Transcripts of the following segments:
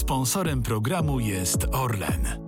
Sponsorem programu jest Orlen.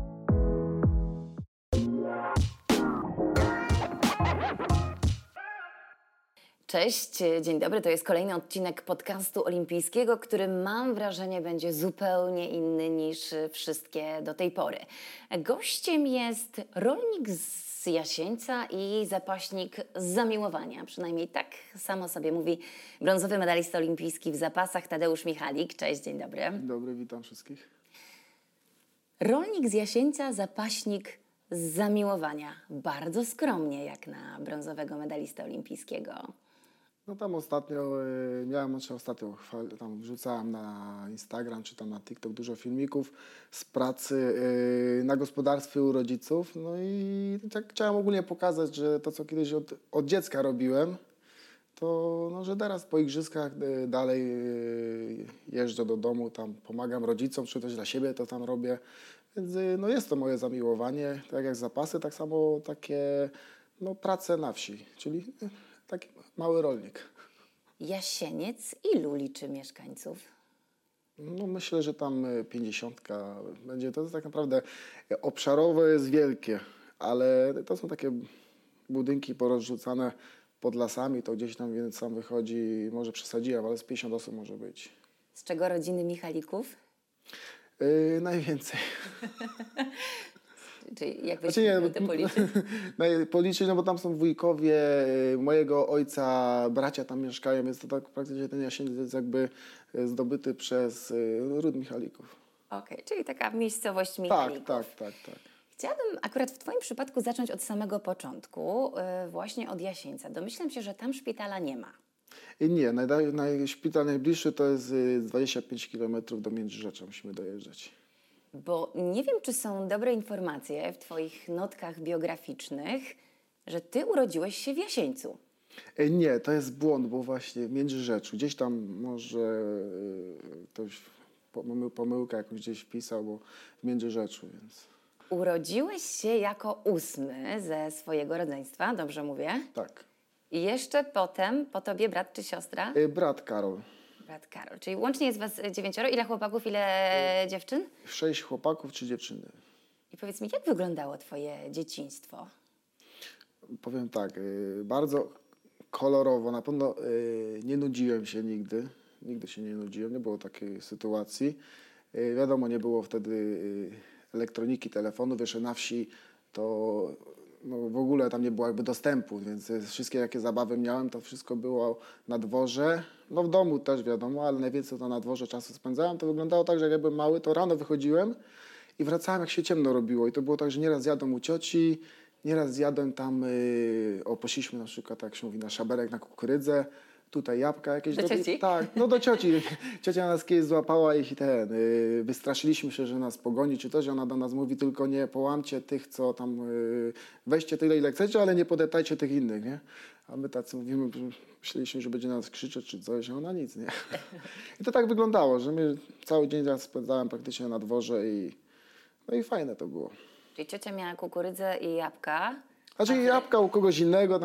Cześć, dzień dobry. To jest kolejny odcinek podcastu olimpijskiego, który mam wrażenie będzie zupełnie inny niż wszystkie do tej pory. Gościem jest rolnik z Jasieńca i zapaśnik z zamiłowania. Przynajmniej tak samo sobie mówi brązowy medalista olimpijski w zapasach Tadeusz Michalik. Cześć, dzień dobry. Dzień dobry, witam wszystkich. Rolnik z Jasieńca, zapaśnik z zamiłowania. Bardzo skromnie jak na brązowego medalistę olimpijskiego. No tam ostatnio tam wrzucałem na Instagram czy tam na TikTok dużo filmików z pracy na gospodarstwie u rodziców. No i tak chciałem ogólnie pokazać, że to co kiedyś od dziecka robiłem, to no, że teraz po igrzyskach dalej jeżdżę do domu, tam pomagam rodzicom, czy też dla siebie to tam robię. Więc no jest to moje zamiłowanie, tak jak zapasy, tak samo takie no, prace na wsi, czyli taki mały rolnik. Jasieniec ilu liczy mieszkańców? No myślę, że tam 50 będzie. To jest tak naprawdę obszarowe jest wielkie, ale to są takie budynki porozrzucane pod lasami, to gdzieś tam więc sam wychodzi, może przesadziłem, ale z 50 osób może być. Z czego rodziny Michalików? Najwięcej. Czyli jak byś to policzyć? Policzyć, no bo tam są wujkowie mojego ojca, bracia tam mieszkają, więc to tak praktycznie ten Jasieniec jest jakby zdobyty przez ród Michalików. Okej, czyli taka miejscowość Michalików. Tak. Chciałabym akurat w Twoim przypadku zacząć od samego początku, właśnie od Jasieńca. Domyślam się, że tam szpitala nie ma. Nie, szpital najbliższy to jest 25 km do Międzyrzecza, musimy dojeżdżać. Bo nie wiem, czy są dobre informacje w Twoich notkach biograficznych, że Ty urodziłeś się w Jasieńcu. Nie, to jest błąd, bo właśnie w Międzyrzeczu. Gdzieś tam może ktoś pomyłkę jakąś gdzieś wpisał, bo w Międzyrzeczu, więc... Urodziłeś się jako 8 ze swojego rodzeństwa, dobrze mówię? Tak. I jeszcze potem po Tobie brat czy siostra? Brat Karol. Brat Karol, czyli łącznie jest Was 9. Ile chłopaków, ile dziewczyn? 6 chłopaków, 3 dziewczyny. I powiedz mi, jak wyglądało Twoje dzieciństwo? Powiem tak, bardzo kolorowo. Na pewno nie nudziłem się nigdy. Nigdy się nie nudziłem, nie było takiej sytuacji. Wiadomo, nie było wtedy elektroniki, telefonu. Wiesz, na wsi to no, w ogóle tam nie było jakby dostępu, więc wszystkie jakie zabawy miałem, to wszystko było na dworze. No w domu też wiadomo, ale najwięcej to na dworze czasu spędzałem. To wyglądało tak, że jak byłem mały, to rano wychodziłem i wracałem jak się ciemno robiło. I to było tak, że nieraz jadłem u cioci, nieraz zjadłem tam, poszliśmy na przykład, jak się mówi, na szaberek, na kukurydzę, tutaj jabłka jakieś. Do cioci? Tak, no do cioci. Ciocia nas kiedyś złapała i wystraszyliśmy się, że nas pogoni czy coś. Ona do nas mówi, tylko nie połamcie tych, co tam, weźcie tyle, ile chcecie, ale nie podeptajcie tych innych, nie? A my tacy mówimy, myśleliśmy, że będzie na nas krzyczeć czy coś, a ona nic, nie? I to tak wyglądało, że my cały dzień spędzałem praktycznie na dworze no i fajne to było. Czyli ciocia miała kukurydzę i jabłka. Znaczy jabłka u kogoś innego,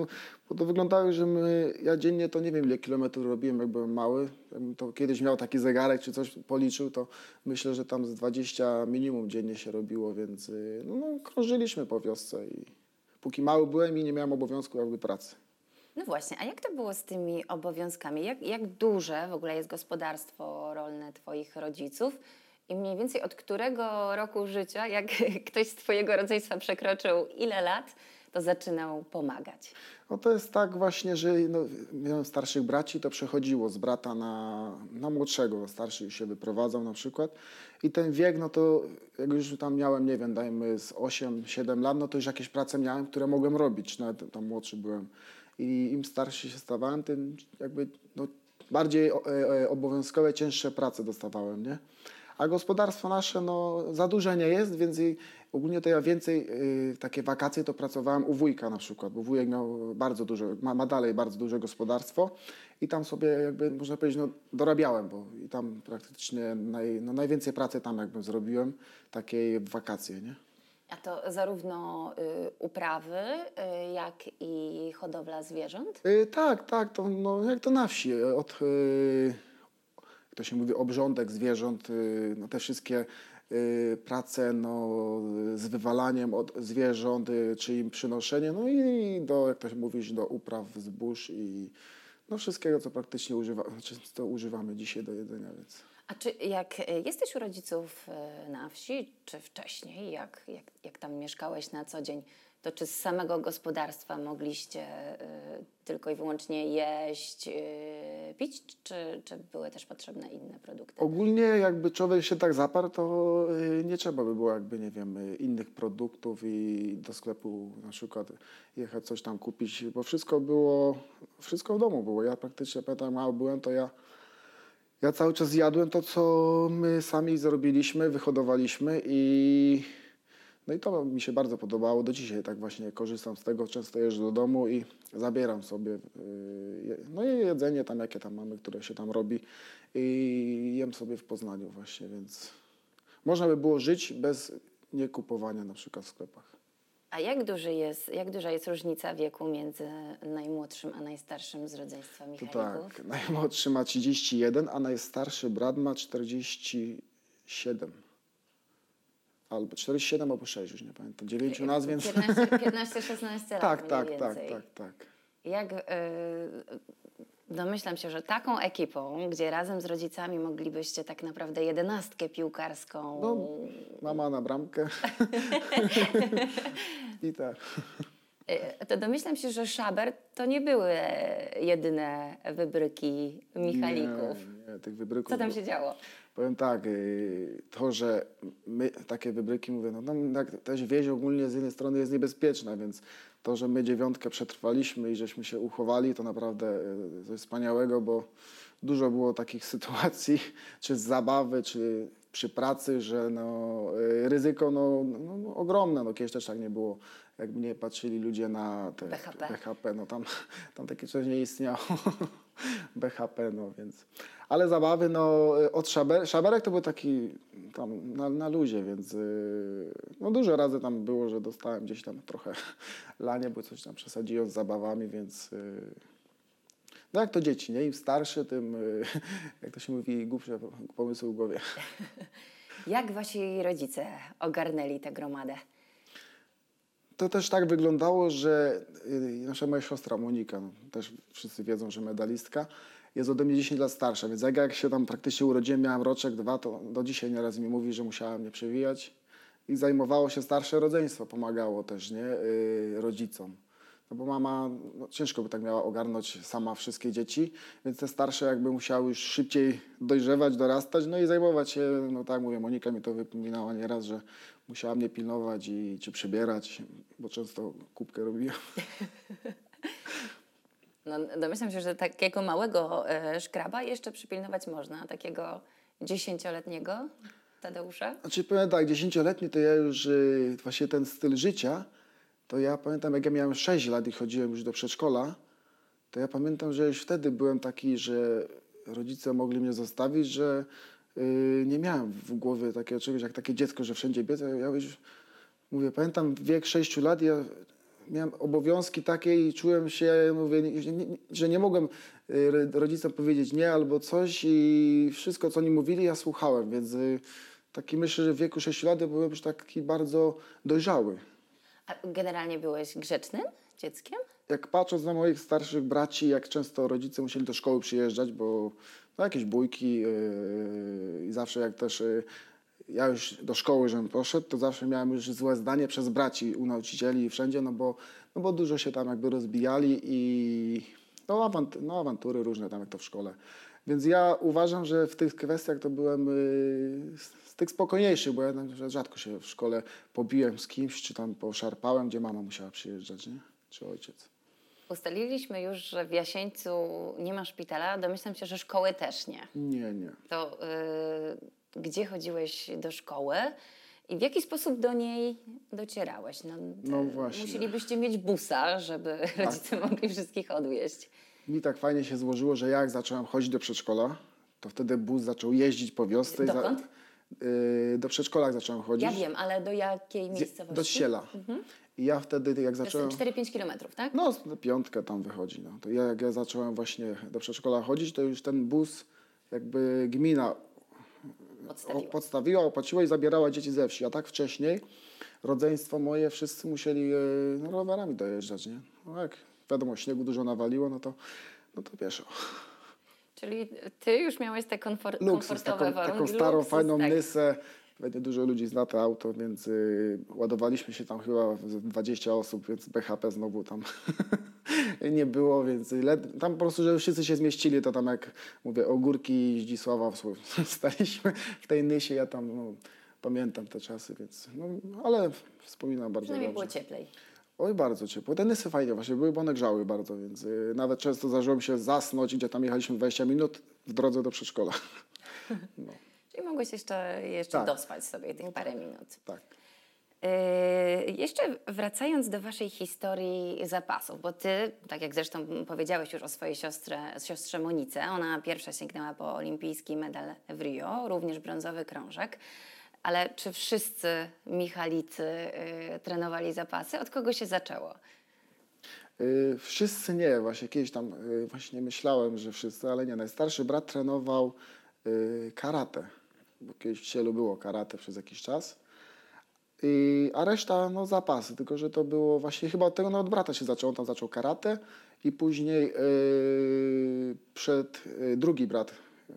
bo to wyglądało, że ja dziennie to nie wiem ile kilometrów robiłem, jak byłem mały. Jakbym to kiedyś miał taki zegarek czy coś policzył, to myślę, że tam z 20 minimum dziennie się robiło, więc no, krążyliśmy po wiosce i póki mały byłem i nie miałem obowiązku jakby pracy. No właśnie, a jak to było z tymi obowiązkami? Jak duże w ogóle jest gospodarstwo rolne Twoich rodziców? I mniej więcej od którego roku życia, jak ktoś z Twojego rodzeństwa przekroczył ile lat, to zaczynał pomagać? No to jest tak właśnie, że miałem starszych braci, to przechodziło z brata na młodszego. Starszy się wyprowadzał na przykład. I ten wiek, no to jak już tam miałem, nie wiem, dajmy z 8-7 lat, no to już jakieś prace miałem, które mogłem robić. Nawet tam młodszy byłem. I im starszy się stawałem, tym jakby no, bardziej obowiązkowe, cięższe prace dostawałem, nie? A gospodarstwo nasze no, za duże nie jest, więc ogólnie to ja więcej takie wakacje to pracowałem u wujka na przykład, bo wujek miał bardzo duże, ma dalej bardzo duże gospodarstwo i tam sobie jakby można powiedzieć no, dorabiałem, bo i tam praktycznie najwięcej pracy tam jakby zrobiłem, takiej w wakacje, nie? A to zarówno uprawy, jak i hodowla zwierząt? Tak, to no, jak to na wsi. jak to się mówi, obrządek zwierząt, no te wszystkie prace no, z wywalaniem od zwierząt, czy im przynoszenie, no i do, jak to się mówi, do upraw zbóż i no wszystkiego, co praktycznie często używamy dzisiaj do jedzenia, więc... A czy jak jesteś u rodziców na wsi, czy wcześniej, jak tam mieszkałeś na co dzień, to czy z samego gospodarstwa mogliście tylko i wyłącznie jeść, pić, czy były też potrzebne inne produkty? Ogólnie jakby człowiek się tak zaparł, to nie trzeba by było jakby, nie wiem, innych produktów i do sklepu na przykład jechać coś tam kupić, bo wszystko w domu było. Ja praktycznie, pamiętam, mały byłem, to ja cały czas jadłem to, co my sami zrobiliśmy, wyhodowaliśmy no i to mi się bardzo podobało. Do dzisiaj tak właśnie korzystam z tego, często jeżdżę do domu i zabieram sobie no i jedzenie tam, jakie tam mamy, które się tam robi i jem sobie w Poznaniu właśnie, więc można by było żyć bez niekupowania na przykład w sklepach. A jak duża jest różnica wieku między najmłodszym a najstarszym z rodzeństwa To Michalików? tak, najmłodszy ma 31, a najstarszy brat ma 47. Albo 47 albo 6, już nie pamiętam. 9 nas, więc... 15-16 lat Tak, mniej tak, więcej. tak. Jak domyślam się, że taką ekipą, gdzie razem z rodzicami moglibyście tak naprawdę 11 piłkarską... No, mama na bramkę. I tak. To domyślam się, że szaber to nie były jedyne wybryki Michalików. Nie, tych wybryków... Co tam się działo? Powiem tak, to, że my takie wybryki, mówię, no tam tak, też wieś ogólnie z jednej strony jest niebezpieczna, więc to, że my 9 przetrwaliśmy i żeśmy się uchowali, to naprawdę coś wspaniałego, bo dużo było takich sytuacji, czy z zabawy, czy przy pracy, że no, ryzyko no, ogromne. No, kiedyś też tak nie było, jakby nie patrzyli ludzie na te BHP, no tam takie coś nie istniało. BHP, no więc... Ale zabawy, no od szaberek to był taki tam na luzie, więc no dużo razy tam było, że dostałem gdzieś tam trochę lanie, bo coś tam przesadziłem z zabawami, więc no jak to dzieci, nie? Im starszy, tym, jak to się mówi, głupsze pomysły w głowie. Jak wasi rodzice ogarnęli tę gromadę? To też tak wyglądało, że nasza moja siostra Monika, no, też wszyscy wiedzą, że medalistka, jest ode mnie 10 lat starsza, więc jak się tam praktycznie urodziłem, miałem roczek, 2, to do dzisiaj nieraz mi mówi, że musiała mnie przewijać i zajmowało się starsze rodzeństwo, pomagało też, nie, rodzicom. No bo mama no, ciężko by tak miała ogarnąć sama wszystkie dzieci, więc te starsze jakby musiały już szybciej dojrzewać, dorastać, no i zajmować się, no tak mówię, Monika mi to wypominała nieraz, że musiała mnie pilnować czy przybierać, bo często kubkę robiła. No, domyślam się, że takiego małego szkraba jeszcze przypilnować można, takiego 10-letniego Tadeusza. Znaczy powiem tak, 10-letni to ja już właśnie ten styl życia, to ja pamiętam jak ja miałem 6 lat i chodziłem już do przedszkola, to ja pamiętam, że już wtedy byłem taki, że rodzice mogli mnie zostawić, że nie miałem w głowie takiego czegoś jak takie dziecko, że wszędzie biec. Ja już mówię, pamiętam wiek 6 lat, ja miałem obowiązki takie i czułem się, mówię, że nie mogłem rodzicom powiedzieć nie albo coś i wszystko, co oni mówili, ja słuchałem, więc taki myślę, że w wieku 6 lat byłem już taki bardzo dojrzały. A generalnie byłeś grzecznym dzieckiem? Jak patrząc na moich starszych braci, jak często rodzice musieli do szkoły przyjeżdżać, bo no, jakieś bójki i zawsze jak też ja już do szkoły, żebym poszedł, to zawsze miałem już złe zdanie przez braci u nauczycieli i wszędzie, no bo dużo się tam jakby rozbijali i no awantury różne tam jak to w szkole. Więc ja uważam, że w tych kwestiach to byłem z tych spokojniejszych, bo ja rzadko się w szkole pobiłem z kimś, czy tam poszarpałem, gdzie mama musiała przyjeżdżać, nie? Czy ojciec. Ustaliliśmy już, że w Jasieńcu nie ma szpitala. Domyślam się, że szkoły też nie. Nie. To gdzie chodziłeś do szkoły i w jaki sposób do niej docierałeś? No właśnie. Musielibyście mieć busa, żeby rodzice mogli wszystkich odwieźć. Mi tak fajnie się złożyło, że jak zacząłem chodzić do przedszkola, to wtedy bus zaczął jeździć po wiosce. Dokąd? Do przedszkola zacząłem chodzić. Ja wiem, ale do jakiej miejscowości? Do Siela. I ja wtedy jak zacząłem... To jest 4-5 kilometrów, tak? No, 5 tam wychodzi. No. To jak ja zacząłem właśnie do przedszkola chodzić, to już ten bus jakby gmina podstawiła, opłaciła i zabierała dzieci ze wsi, a tak wcześniej rodzeństwo moje wszyscy musieli no, rowerami dojeżdżać, nie? No jak wiadomo, śniegu dużo nawaliło, no to pieszo. Czyli ty już miałeś te Luksus, komfortowe warunki. taką starą, luksus, fajną tak. Nysę. Będzie dużo ludzi zna to auto, więc ładowaliśmy się tam chyba z 20 osób, więc BHP znowu tam nie było, więc tam po prostu, że wszyscy się zmieścili, to tam jak mówię, Ogórki Zdzisława staliśmy w tej Nysie, ja tam no, pamiętam te czasy, więc no, ale wspominam bardzo Przynajmniej dobrze. było cieplej. Oj, bardzo ciepło. Te Nysy fajnie właśnie były, bo one grzały bardzo, więc nawet często zdarzyło mi się zasnąć, gdzie tam jechaliśmy 20 minut w drodze do przedszkola. No, Czyli mogłeś jeszcze Tak. dospać sobie tych parę minut. tak. Jeszcze wracając do waszej historii zapasów, bo ty, tak jak zresztą powiedziałeś już o swojej siostrze Monice, ona pierwsza sięgnęła po olimpijski medal w Rio, również brązowy krążek. Ale czy wszyscy Michalicy trenowali zapasy? Od kogo się zaczęło? Wszyscy nie, właśnie kiedyś tam właśnie myślałem, że wszyscy, ale nie. Najstarszy brat trenował karate, bo kiedyś w Cielu było karate przez jakiś czas. A reszta no zapasy, tylko że to było właśnie chyba od tego no, od brata się zaczęło, on tam zaczął karate i później drugi brat,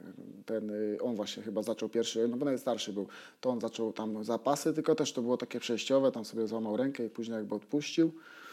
on właśnie chyba zaczął pierwszy, no bo najstarszy był, to on zaczął tam zapasy, tylko też to było takie przejściowe, tam sobie złamał rękę i później jakby odpuścił.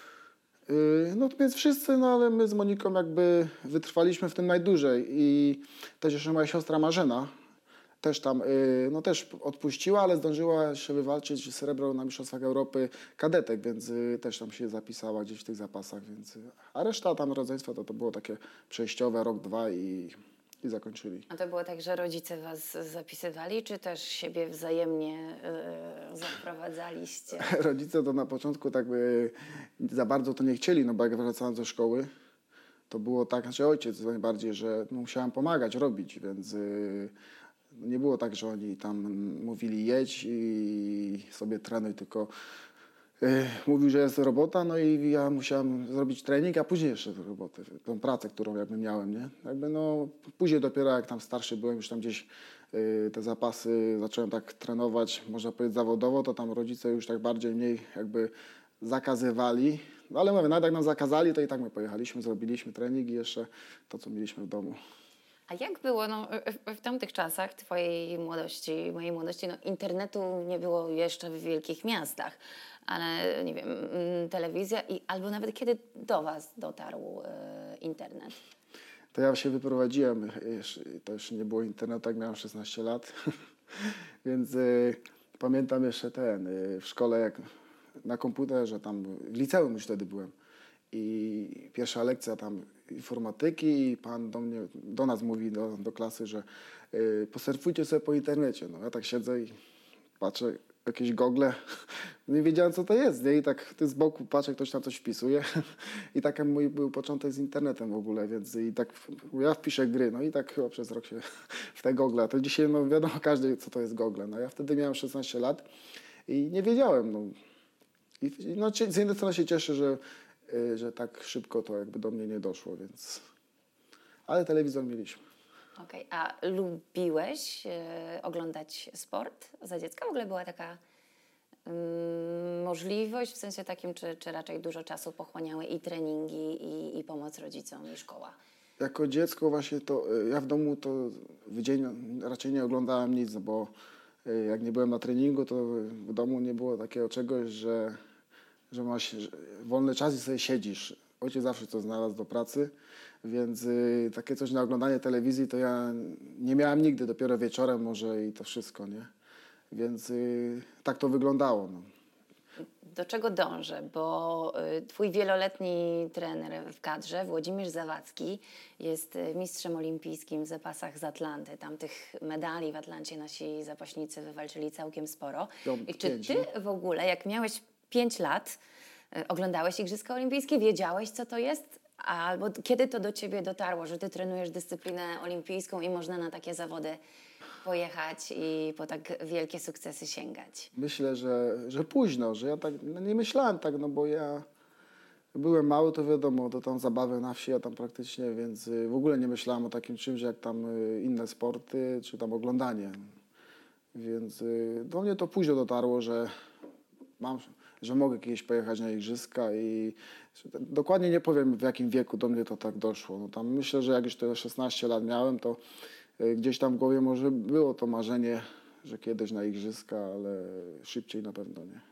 No więc wszyscy, no ale my z Moniką jakby wytrwaliśmy w tym najdłużej i też jeszcze moja siostra Marzena też tam, no też odpuściła, ale zdążyła jeszcze wywalczyć srebro na Mistrzostwach Europy kadetek, więc też tam się zapisała gdzieś w tych zapasach, więc, a reszta tam rodzeństwa to było takie przejściowe, rok, dwa i zakończyli. A to było tak, że rodzice was zapisywali, czy też siebie wzajemnie zaprowadzaliście? Rodzice to na początku tak za bardzo to nie chcieli, no bo jak wracałem ze szkoły, to było tak, znaczy ojciec najbardziej, że no, musiałem pomagać, robić, więc nie było tak, że oni tam mówili jedź i sobie trenuj, tylko mówił, że jest robota, no i ja musiałem zrobić trening, a później jeszcze robotę, tą pracę, którą jakby miałem, nie? Jakby no, później dopiero jak tam starszy byłem, już tam gdzieś te zapasy zacząłem tak trenować, można powiedzieć zawodowo, to tam rodzice już tak bardziej mniej jakby zakazywali. No ale mówię, nawet jak nam zakazali, to i tak my pojechaliśmy, zrobiliśmy trening i jeszcze to, co mieliśmy w domu. A jak było no, w tamtych czasach twojej młodości, mojej młodości, no, internetu nie było jeszcze w wielkich miastach, ale nie wiem, telewizja albo nawet kiedy do was dotarł internet? To ja się wyprowadziłem, to jeszcze nie było internetu, jak miałem 16 lat, więc pamiętam jeszcze w szkole, jak na komputerze, tam w liceum już wtedy byłem i pierwsza lekcja tam informatyki i pan do nas mówi, do klasy, że posurfujcie sobie po internecie. No ja tak siedzę i patrzę, jakieś gogle, nie wiedziałem co to jest, nie? I tak z boku patrzę, ktoś tam coś wpisuje i taki mój był początek z internetem w ogóle, więc i tak ja wpiszę gry, no i tak chyba przez rok się w te gogle, to dzisiaj no wiadomo każdy co to jest gogle, no ja wtedy miałem 16 lat i nie wiedziałem, no. I no, z jednej strony się cieszę, że tak szybko to jakby do mnie nie doszło, więc, ale telewizor mieliśmy. Okej, a lubiłeś oglądać sport za dziecka? W ogóle była taka możliwość, w sensie takim, czy raczej dużo czasu pochłaniały i treningi, i pomoc rodzicom, i szkoła? Jako dziecko właśnie to, ja w domu to w dzień raczej nie oglądałem nic, bo jak nie byłem na treningu, to w domu nie było takiego czegoś, że masz wolny czas i sobie siedzisz. Ojciec zawsze coś znalazł do pracy, więc takie coś na oglądanie telewizji to ja nie miałem nigdy, dopiero wieczorem może i to wszystko, nie? Więc tak to wyglądało. No. Do czego dążę? Bo twój wieloletni trener w kadrze, Włodzimierz Zawadzki, jest mistrzem olimpijskim w zapasach z Atlanty. Tam tych medali w Atlancie nasi zapaśnicy wywalczyli całkiem sporo. I czy ty w ogóle, jak miałeś 5 lat, oglądałeś Igrzyska Olimpijskie, wiedziałeś co to jest? Albo kiedy to do ciebie dotarło, że ty trenujesz dyscyplinę olimpijską i można na takie zawody pojechać i po tak wielkie sukcesy sięgać? Myślę, że późno, że ja tak no nie myślałem tak, no bo ja byłem mały, to wiadomo, to tam zabawy na wsi, a tam praktycznie, więc w ogóle nie myślałem o takim czymś jak tam inne sporty, czy tam oglądanie. Więc do mnie to późno dotarło, że mogę kiedyś pojechać na igrzyska i dokładnie nie powiem, w jakim wieku do mnie to tak doszło. No tam myślę, że jak już te 16 lat miałem, to gdzieś tam w głowie może było to marzenie, że kiedyś na igrzyska, ale szybciej na pewno nie.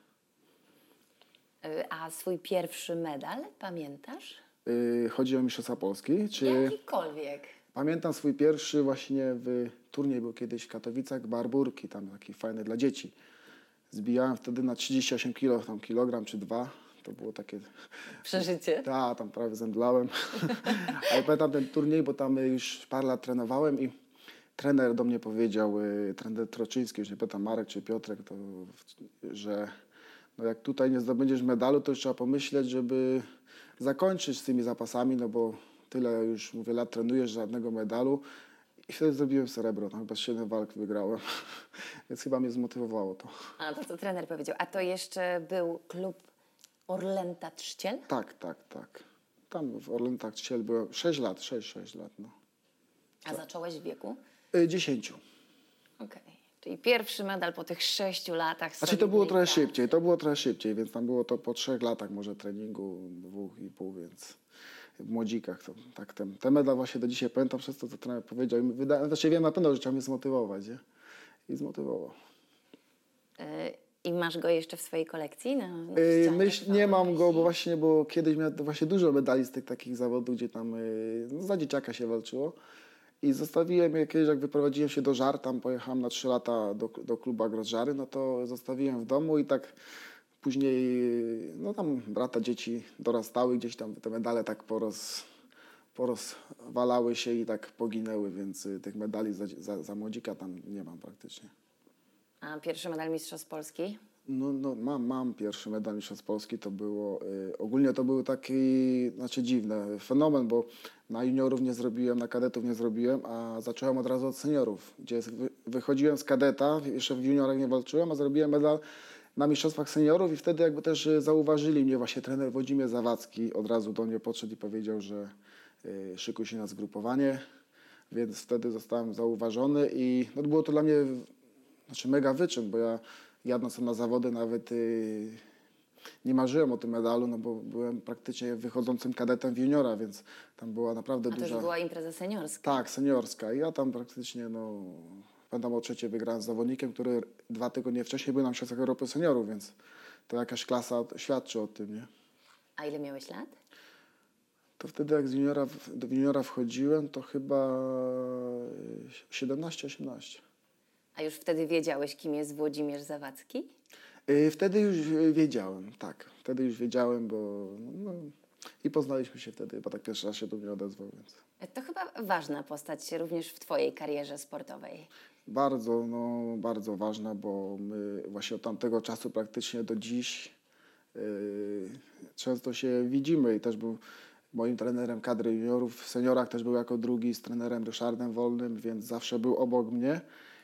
A swój pierwszy medal pamiętasz? Chodzi o Mistrzostwa Polski, czy... Jakikolwiek. Pamiętam swój pierwszy właśnie turniej był kiedyś w Katowicach, Barburki, tam taki fajny dla dzieci. Zbijałem wtedy na 38 kg, tam kilogram czy 2. To było takie... Przeżycie. Tak, tam prawie zemdlałem. Ale pamiętam ten turniej, bo tam już parę lat trenowałem i trener do mnie powiedział, trener Troczyński, już nie pamiętam, Marek czy Piotrek, to, że no jak tutaj nie zdobędziesz medalu, to już trzeba pomyśleć, żeby zakończyć z tymi zapasami, no bo tyle już, mówię, lat trenujesz, żadnego medalu. I wtedy zrobiłem srebro, tam chyba 7 walk wygrałem, więc chyba mnie zmotywowało to. A to co trener powiedział. A to jeszcze był klub Orlęta Trzciel? Tak. Tam w Orlętach Trzciel byłem 6 lat, no. A zacząłeś w wieku? 10. Okej. Czyli pierwszy medal po tych 6 latach. Znaczy to było trochę solidnej szybciej, więc tam było to po 3 latach może treningu, 2,5, więc w młodzikach to tak ten medal właśnie do dzisiaj pamiętam przez to, co trener powiedział. Znaczy wiem na pewno, że chciał mnie zmotywować, nie? I zmotywował. I masz go jeszcze w swojej kolekcji? Nie mam go, bo kiedyś miałem właśnie dużo medali z tych takich zawodów, gdzie tam za dzieciaka się walczyło. I zostawiłem je kiedyś, jak wyprowadziłem się do Żar, tam pojechałem na 3 lata do klubu Agrożary, no to zostawiłem w domu i tak później, no tam brata dzieci dorastały, gdzieś tam te medale tak porozwalały się i tak poginęły, więc tych medali za młodzika tam nie mam praktycznie. A pierwszy medal Mistrzostw Polski? No mam pierwszy medal Mistrzostw Polski, to było, ogólnie to był taki, znaczy dziwny fenomen, bo na juniorów nie zrobiłem, na kadetów nie zrobiłem, a zacząłem od razu od seniorów, gdzie wychodziłem z kadeta, jeszcze w juniorach nie walczyłem, a zrobiłem medal na mistrzostwach seniorów i wtedy jakby też zauważyli mnie, właśnie trener Włodzimierz Zawadzki od razu do mnie podszedł i powiedział, że szykuj się na zgrupowanie, więc wtedy zostałem zauważony i no, było to dla mnie mega wyczyn, bo ja jadąc na zawody nawet nie marzyłem o tym medalu, no bo byłem praktycznie wychodzącym kadetem w juniora, więc tam była naprawdę A to duża... już była impreza seniorska. Tak, seniorska. I ja tam praktycznie, no, pamiętam o trzecie wygrałem z zawodnikiem, który 2 tygodnie wcześniej był na Mistrzostwach Europy Seniorów, więc to jakaś klasa świadczy o tym, nie? A ile miałeś lat? To wtedy jak do juniora wchodziłem, to chyba 17-18. A już wtedy wiedziałeś, kim jest Włodzimierz Zawadzki? Wtedy już wiedziałem, tak. Wtedy już wiedziałem, bo no, i poznaliśmy się wtedy, bo tak pierwszy raz się do mnie odezwał, więc... To chyba ważna postać również w twojej karierze sportowej. Bardzo ważna, bo my właśnie od tamtego czasu praktycznie do dziś często się widzimy i też był moim trenerem kadry juniorów, w seniorach też był jako drugi z trenerem Ryszardem Wolnym, więc zawsze był obok mnie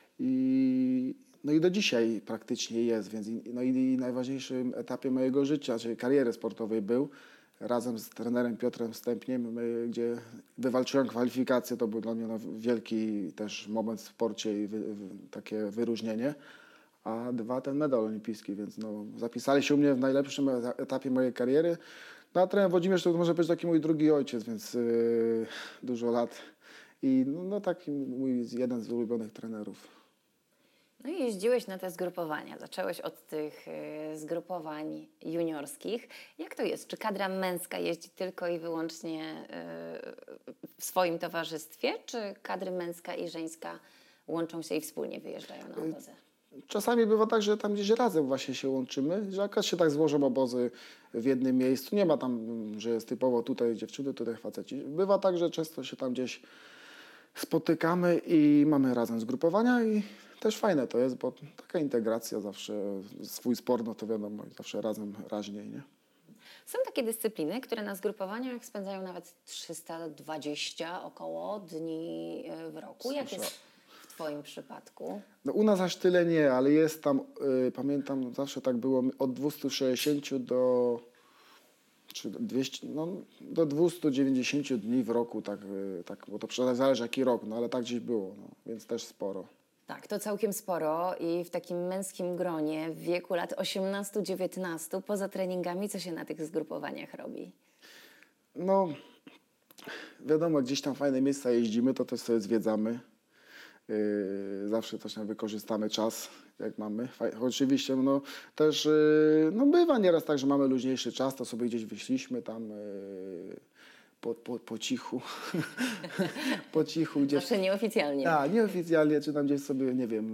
no i do dzisiaj praktycznie jest, więc i najważniejszym etapie mojego życia, czyli kariery sportowej był razem z trenerem Piotrem Stępniem, gdzie wywalczyłem kwalifikację, to był dla mnie wielki też moment w sporcie i takie wyróżnienie, a 2 ten medal olimpijski, więc no, zapisali się u mnie w najlepszym etapie mojej kariery. No a trener Włodzimierz to może być taki mój drugi ojciec, więc dużo lat i no taki mój jeden z ulubionych trenerów. No i jeździłeś na te zgrupowania. Zacząłeś od tych zgrupowań juniorskich. Jak to jest? Czy kadra męska jeździ tylko i wyłącznie w swoim towarzystwie, czy kadry męska i żeńska łączą się i wspólnie wyjeżdżają na obozy? Czasami bywa tak, że tam gdzieś razem właśnie się łączymy, że jakaś się tak złożą obozy w jednym miejscu. Nie ma tam, że jest typowo tutaj dziewczyny, tutaj faceci. Bywa tak, że często się tam gdzieś spotykamy i mamy razem zgrupowania i też fajne to jest, bo taka integracja zawsze, swój sport, no to wiadomo, zawsze razem raźniej, nie? Są takie dyscypliny, które na zgrupowaniach spędzają nawet 320 około dni w roku. Jak jest w twoim przypadku? No u nas aż tyle nie, ale jest tam, pamiętam, zawsze tak było, od 260 do czy 200, no, do 290 dni w roku, tak, bo to zależy jaki rok, no ale tak gdzieś było, no, więc też sporo. Tak, to całkiem sporo i w takim męskim gronie w wieku lat 18-19 poza treningami, co się na tych zgrupowaniach robi? No, wiadomo, gdzieś tam fajne miejsca jeździmy, to też sobie zwiedzamy. Zawsze coś tam wykorzystamy czas, jak mamy. Oczywiście, no też, no bywa nieraz tak, że mamy luźniejszy czas, to sobie gdzieś wyszliśmy tam po cichu. Po cichu gdzieś. Zawsze nieoficjalnie. Tak, nieoficjalnie, czy tam gdzieś sobie, nie wiem,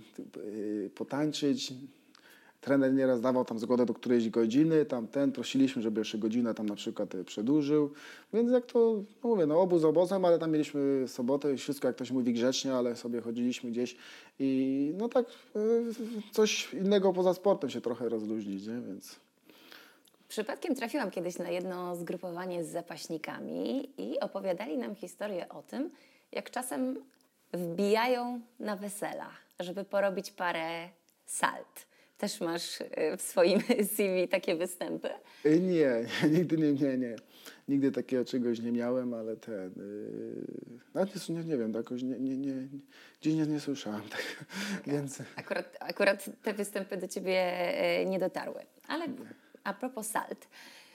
potańczyć. Trener nieraz dawał tam zgodę do którejś godziny, prosiliśmy, żeby jeszcze godzinę tam na przykład przedłużył. Więc jak to, no mówię, no obóz obozem, ale tam mieliśmy sobotę i wszystko, jak ktoś mówi grzecznie, ale sobie chodziliśmy gdzieś i no tak coś innego poza sportem się trochę rozluźnić, nie? Więc... Przypadkiem trafiłam kiedyś na jedno zgrupowanie z zapaśnikami i opowiadali nam historię o tym, jak czasem wbijają na wesela, żeby porobić parę salt. Też masz w swoim CV takie występy? Nie, nigdy nie. Nigdy takiego czegoś nie miałem, ale nawet nie wiem, jakoś gdzieś nie słyszałem tego, więc... Akurat te występy do ciebie nie dotarły. Ale a propos salt,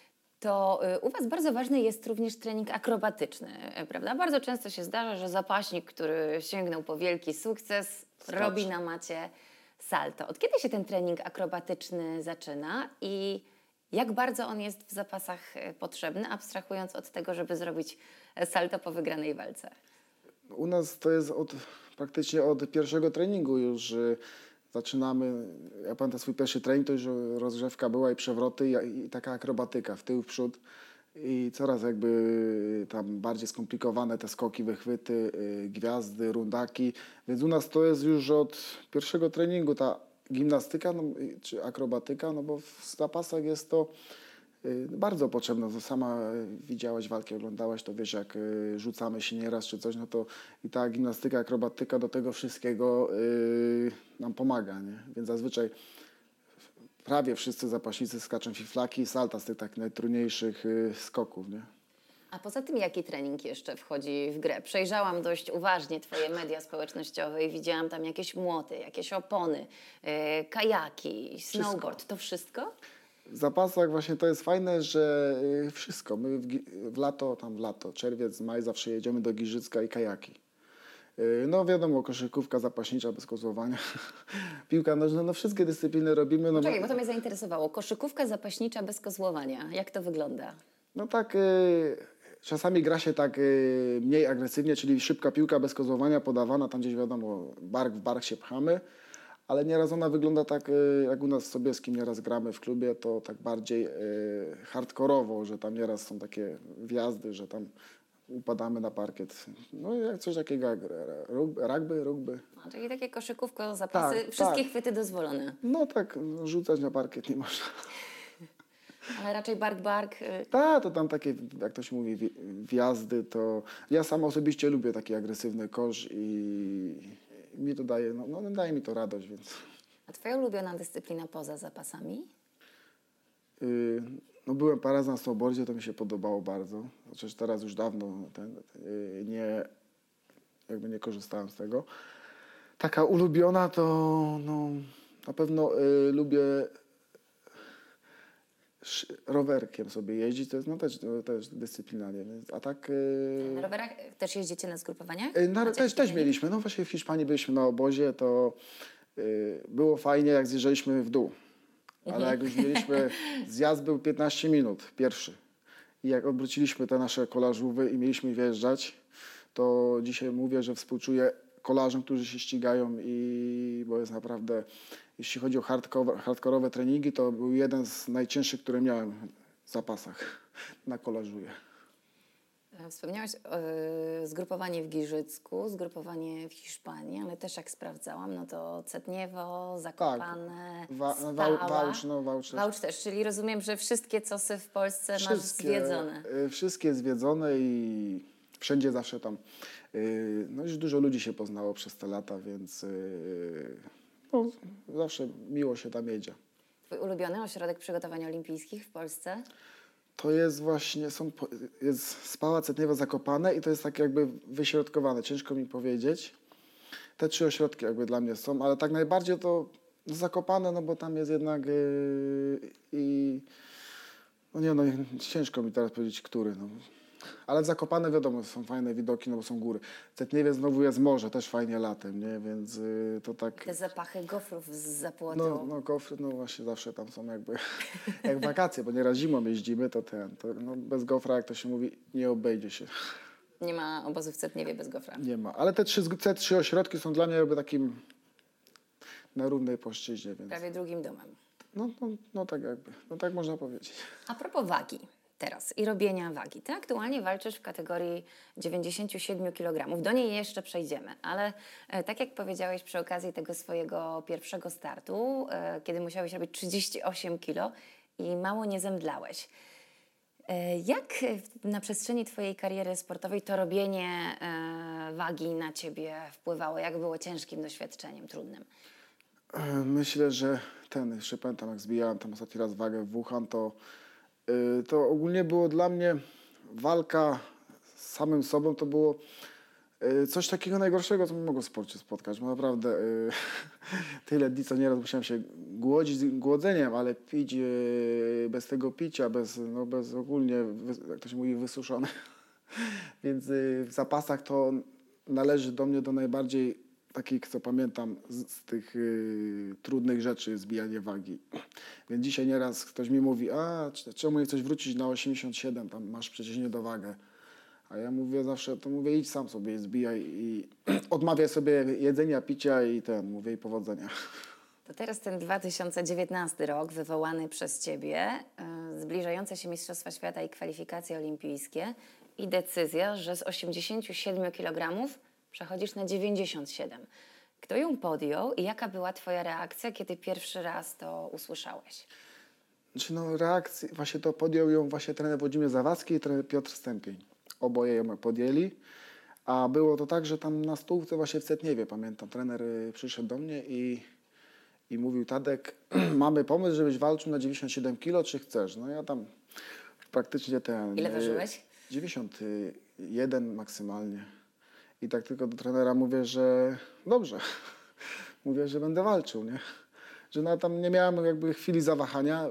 to u was bardzo ważny jest również trening akrobatyczny, prawda? Bardzo często się zdarza, że zapaśnik, który sięgnął po wielki sukces, robi na macie salto. Od kiedy się ten trening akrobatyczny zaczyna i jak bardzo on jest w zapasach potrzebny, abstrahując od tego, żeby zrobić salto po wygranej walce? U nas to jest praktycznie od pierwszego treningu już zaczynamy. Ja pamiętam swój pierwszy trening, to już rozgrzewka była i przewroty i taka akrobatyka w tył, w przód. I coraz jakby tam bardziej skomplikowane te skoki, wychwyty, gwiazdy, rundaki. Więc u nas to jest już od pierwszego treningu ta gimnastyka czy akrobatyka, no bo w zapasach jest to bardzo potrzebne. To sama widziałaś walki, oglądałaś, to wiesz, jak rzucamy się nieraz czy coś, no to i ta gimnastyka, akrobatyka do tego wszystkiego nam pomaga, nie? Więc zazwyczaj prawie wszyscy zapaśnicy skaczą fiflaki i salta z tych takich najtrudniejszych skoków, nie? A poza tym jaki trening jeszcze wchodzi w grę? Przejrzałam dość uważnie twoje media społecznościowe i widziałam tam jakieś młoty, jakieś opony, kajaki, snowboard. To wszystko? W zapasach właśnie to jest fajne, że wszystko. My w lato, czerwiec, maj zawsze jedziemy do Giżycka i kajaki. No wiadomo, koszykówka zapaśnicza bez kozłowania, piłka nożna, no wszystkie dyscypliny robimy. No Czekaj, bo to mnie zainteresowało. Koszykówka zapaśnicza bez kozłowania. Jak to wygląda? No tak, czasami gra się tak mniej agresywnie, czyli szybka piłka bez kozłowania podawana, tam gdzieś wiadomo, bark w bark się pchamy, ale nieraz ona wygląda tak, jak u nas w Sobieskim nieraz gramy w klubie, to tak bardziej hardkorowo, że tam nieraz są takie wjazdy, że tam upadamy na parkiet. No jak coś takiego jak rugby. No, czyli takie koszykówko, zapasy, Tak, wszystkie tak. chwyty dozwolone. No tak, rzucać na parkiet nie można. Ale raczej bark. Tak, to tam takie, jak to się mówi, wjazdy, to ja sam osobiście lubię taki agresywny kosz i mi to daje, no daje mi to radość, więc... A twoja ulubiona dyscyplina poza zapasami? No byłem parę razy na snowboardzie, to mi się podobało bardzo. Chociaż teraz już dawno nie korzystałem z tego. Taka ulubiona to no, na pewno lubię rowerkiem sobie jeździć, to jest też dyscyplina, nie? A tak... Na rowerach też jeździcie na zgrupowaniach? Też mieliśmy, no właśnie w Hiszpanii byliśmy na obozie, to było fajnie jak zjeżdżaliśmy w dół. Ale jak już mieliśmy, zjazd był 15 minut, pierwszy. I jak obróciliśmy te nasze kolażówy i mieliśmy wjeżdżać, to dzisiaj mówię, że współczuję kolarzom, którzy się ścigają bo jest naprawdę, jeśli chodzi o hardkorowe treningi, to był jeden z najcięższych, które miałem w zapasach na kolażuje. Wspomniałeś zgrupowanie w Giżycku, zgrupowanie w Hiszpanii, ale też jak sprawdzałam, no to Cetniewo, Zakopane, Stała. Wałcz też, czyli rozumiem, że wszystkie cosy w Polsce masz zwiedzone. Wszystkie zwiedzone i wszędzie zawsze tam, no już dużo ludzi się poznało przez te lata, więc no, zawsze miło się tam jedzie. Twój ulubiony ośrodek przygotowań olimpijskich w Polsce? To jest właśnie, jest Spała, Cetniewo, Zakopane i to jest tak jakby wyśrodkowane, ciężko mi powiedzieć. Te 3 ośrodki jakby dla mnie są, ale tak najbardziej to Zakopane, no bo tam jest jednak no nie no, ciężko mi teraz powiedzieć, który, no. Ale w Zakopane wiadomo, są fajne widoki, no bo są góry. W Cetniewie znowu jest morze, też fajnie latem, nie, więc to tak... Te zapachy gofrów z zapłotu. No gofry, no właśnie zawsze tam są jakby jak wakacje, bo nieraz zimą jeździmy, to no bez gofra, jak to się mówi, nie obejdzie się. Nie ma obozu w Cetniewie bez gofra. Nie ma, ale te trzy ośrodki są dla mnie jakby takim na równej płaszczyźnie, więc Prawie drugim domem. no tak jakby, no tak można powiedzieć. A propos wagi teraz i robienia wagi. Ty aktualnie walczysz w kategorii 97 kg. Do niej jeszcze przejdziemy, ale tak jak powiedziałeś przy okazji tego swojego pierwszego startu, kiedy musiałeś robić 38 kg i mało nie zemdlałeś. Jak na przestrzeni twojej kariery sportowej to robienie wagi na ciebie wpływało? Jak było ciężkim doświadczeniem, trudnym? Myślę, że jeszcze pamiętam jak zbijałem tam ostatni raz wagę w Wuhan, to ogólnie było dla mnie walka z samym sobą, to było coś takiego najgorszego, co mnie mogło w sporcie spotkać. Bo naprawdę tyle dni, co nieraz musiałem się głodzić głodzeniem, ale pić bez tego picia, bez ogólnie, jak to się mówi, wysuszone. Więc w zapasach to należy do mnie do najbardziej takich, co pamiętam, z tych trudnych rzeczy, zbijanie wagi. Więc dzisiaj nieraz ktoś mi mówi, czemu nie chcesz wrócić na 87, tam masz przecież niedowagę. A ja mówię zawsze, idź sam sobie, zbijaj i odmawiaj sobie jedzenia, picia i mówię i powodzenia. To teraz ten 2019 rok wywołany przez ciebie, zbliżające się Mistrzostwa Świata i kwalifikacje olimpijskie i decyzja, że z 87 kg przechodzisz na 97. Kto ją podjął i jaka była twoja reakcja, kiedy pierwszy raz to usłyszałeś? Znaczy reakcji, właśnie to podjął ją właśnie trener Włodzimierz Zawadzki i trener Piotr Stępień. Oboje ją podjęli, a było to tak, że tam na stółce właśnie w Cetniewie, pamiętam, trener przyszedł do mnie i mówił, Tadek, mamy pomysł, żebyś walczył na 97 kg, czy chcesz? No ja tam praktycznie Ile ważyłeś? 91 maksymalnie. I tak tylko do trenera mówię, że dobrze. Mówię, że będę walczył, nie? Że tam nie miałem jakby chwili zawahania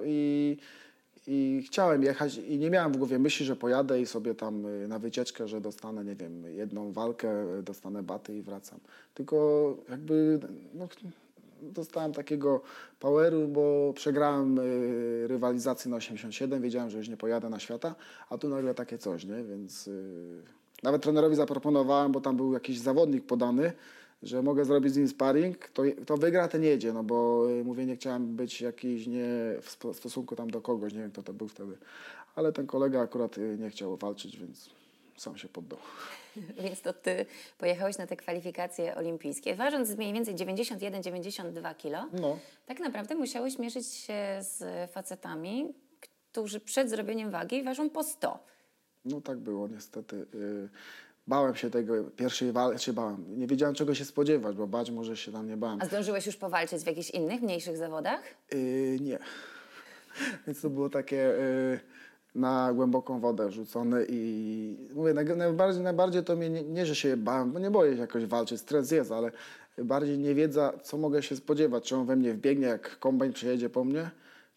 i chciałem jechać i nie miałem w głowie myśli, że pojadę i sobie tam na wycieczkę, że dostanę, nie wiem, jedną walkę, dostanę baty i wracam. Tylko jakby dostałem takiego poweru, bo przegrałem rywalizację na 87, wiedziałem, że już nie pojadę na świata, a tu nagle takie coś, nie? Więc nawet trenerowi zaproponowałem, bo tam był jakiś zawodnik podany, że mogę zrobić z nim sparring, kto wygra, ten jedzie, no bo mówię, nie chciałem być jakiś w stosunku tam do kogoś, nie wiem kto to był wtedy, ale ten kolega akurat nie chciał walczyć, więc sam się poddał. Więc to ty pojechałeś na te kwalifikacje olimpijskie, ważąc mniej więcej 91-92 kg. No. Tak naprawdę musiałeś mierzyć się z facetami, którzy przed zrobieniem wagi ważą po 100. No tak było niestety. Bałem się tego pierwszej walki, nie wiedziałem czego się spodziewać, bo bać może się tam nie bałem. A zdążyłeś już powalczyć w jakichś innych, mniejszych zawodach? Nie. Więc to było takie na głęboką wodę rzucone i mówię, najbardziej to mnie nie, że się bałem, bo nie boję się jakoś walczyć, stres jest, ale bardziej niewiedza, co mogę się spodziewać, czy on we mnie wbiegnie, jak kombajn przyjedzie po mnie,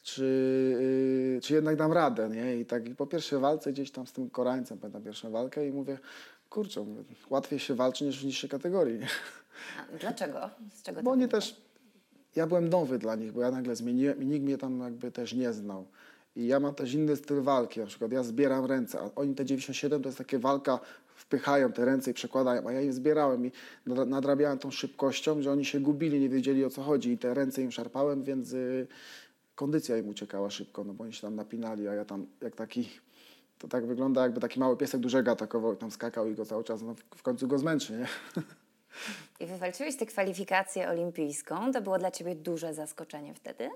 czy jednak dam radę, nie? I tak po pierwszej walce gdzieś tam z tym Koreańcem, pamiętam pierwszą walkę i mówię, kurczę, łatwiej się walczy niż w niższej kategorii. Nie? A dlaczego? Z czego Bo to oni wynika? też, ja byłem nowy dla nich, bo ja nagle zmieniłem i nikt mnie tam jakby też nie znał. I ja mam też inny styl walki, na przykład ja zbieram ręce, a oni te 97 to jest takie walka, wpychają te ręce i przekładają, a ja je zbierałem i nadrabiałem tą szybkością, że oni się gubili, nie wiedzieli o co chodzi i te ręce im szarpałem, więc kondycja im uciekała szybko, no bo oni się tam napinali, a ja tam jak taki, to tak wygląda jakby taki mały piesek dużego atakował, tam skakał i go cały czas, no w końcu go zmęczy, nie? I wywalczyłeś tę kwalifikację olimpijską. To było dla ciebie duże zaskoczenie wtedy?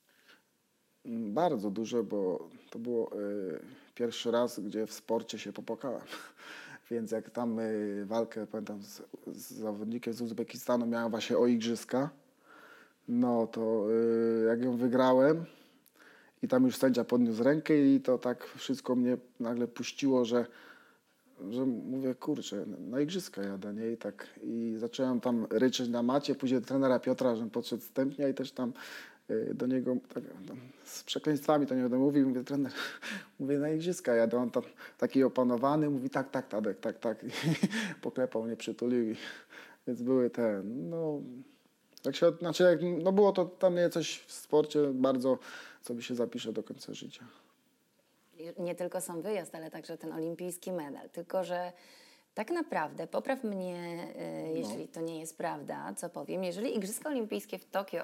Bardzo duże, bo to było pierwszy raz, gdzie w sporcie się popłakałem. Więc jak tam walkę, pamiętam, z zawodnikiem z Uzbekistanu miałem właśnie o igrzyska, no to jak ją wygrałem I tam już sędzia podniósł rękę i to tak wszystko mnie nagle puściło, że mówię, kurczę, na igrzyska jadę, nie? I zacząłem tam ryczeć na macie, później do trenera Piotra, że podszedł Stępnia i też tam do niego tak, tam, z przekleństwami to nie będę mówił. Mówię, trener, mówię, na igrzyska jadę. On tam taki opanowany, mówi, tak, Tadek, tak. I poklepał mnie, przytulił. Więc były te, no... no było to tam mnie coś w sporcie bardzo, co mi się zapisze do końca życia. Nie tylko sam wyjazd, ale także ten olimpijski medal. Tylko że tak naprawdę, popraw mnie, jeśli to nie jest prawda, co powiem, jeżeli Igrzyska Olimpijskie w Tokio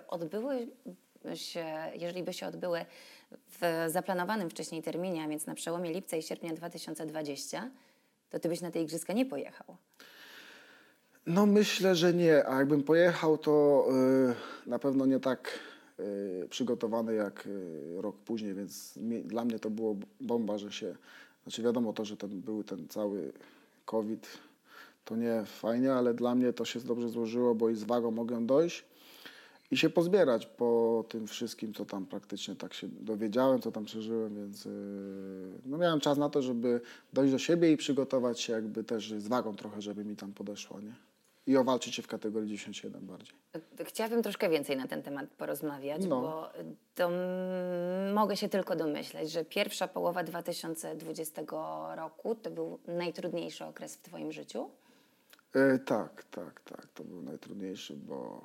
jeżeli by się odbyły w zaplanowanym wcześniej terminie, a więc na przełomie lipca i sierpnia 2020, to ty byś na te Igrzyska nie pojechał. No myślę, że nie, a jakbym pojechał, to na pewno nie tak przygotowany jak rok później, więc dla mnie to było bomba, że się, znaczy wiadomo to, że był ten cały COVID, to nie fajnie, ale dla mnie to się dobrze złożyło, bo i z wagą mogłem dojść i się pozbierać po tym wszystkim, co tam praktycznie tak się dowiedziałem, co tam przeżyłem, więc no miałem czas na to, żeby dojść do siebie i przygotować się jakby też z wagą trochę, żeby mi tam podeszło, nie? I owalczyć się w kategorii 97 bardziej. Chciałabym troszkę więcej na ten temat porozmawiać, No. bo mogę się tylko domyśleć, że pierwsza połowa 2020 roku to był najtrudniejszy okres w twoim życiu? Tak. To był najtrudniejszy, bo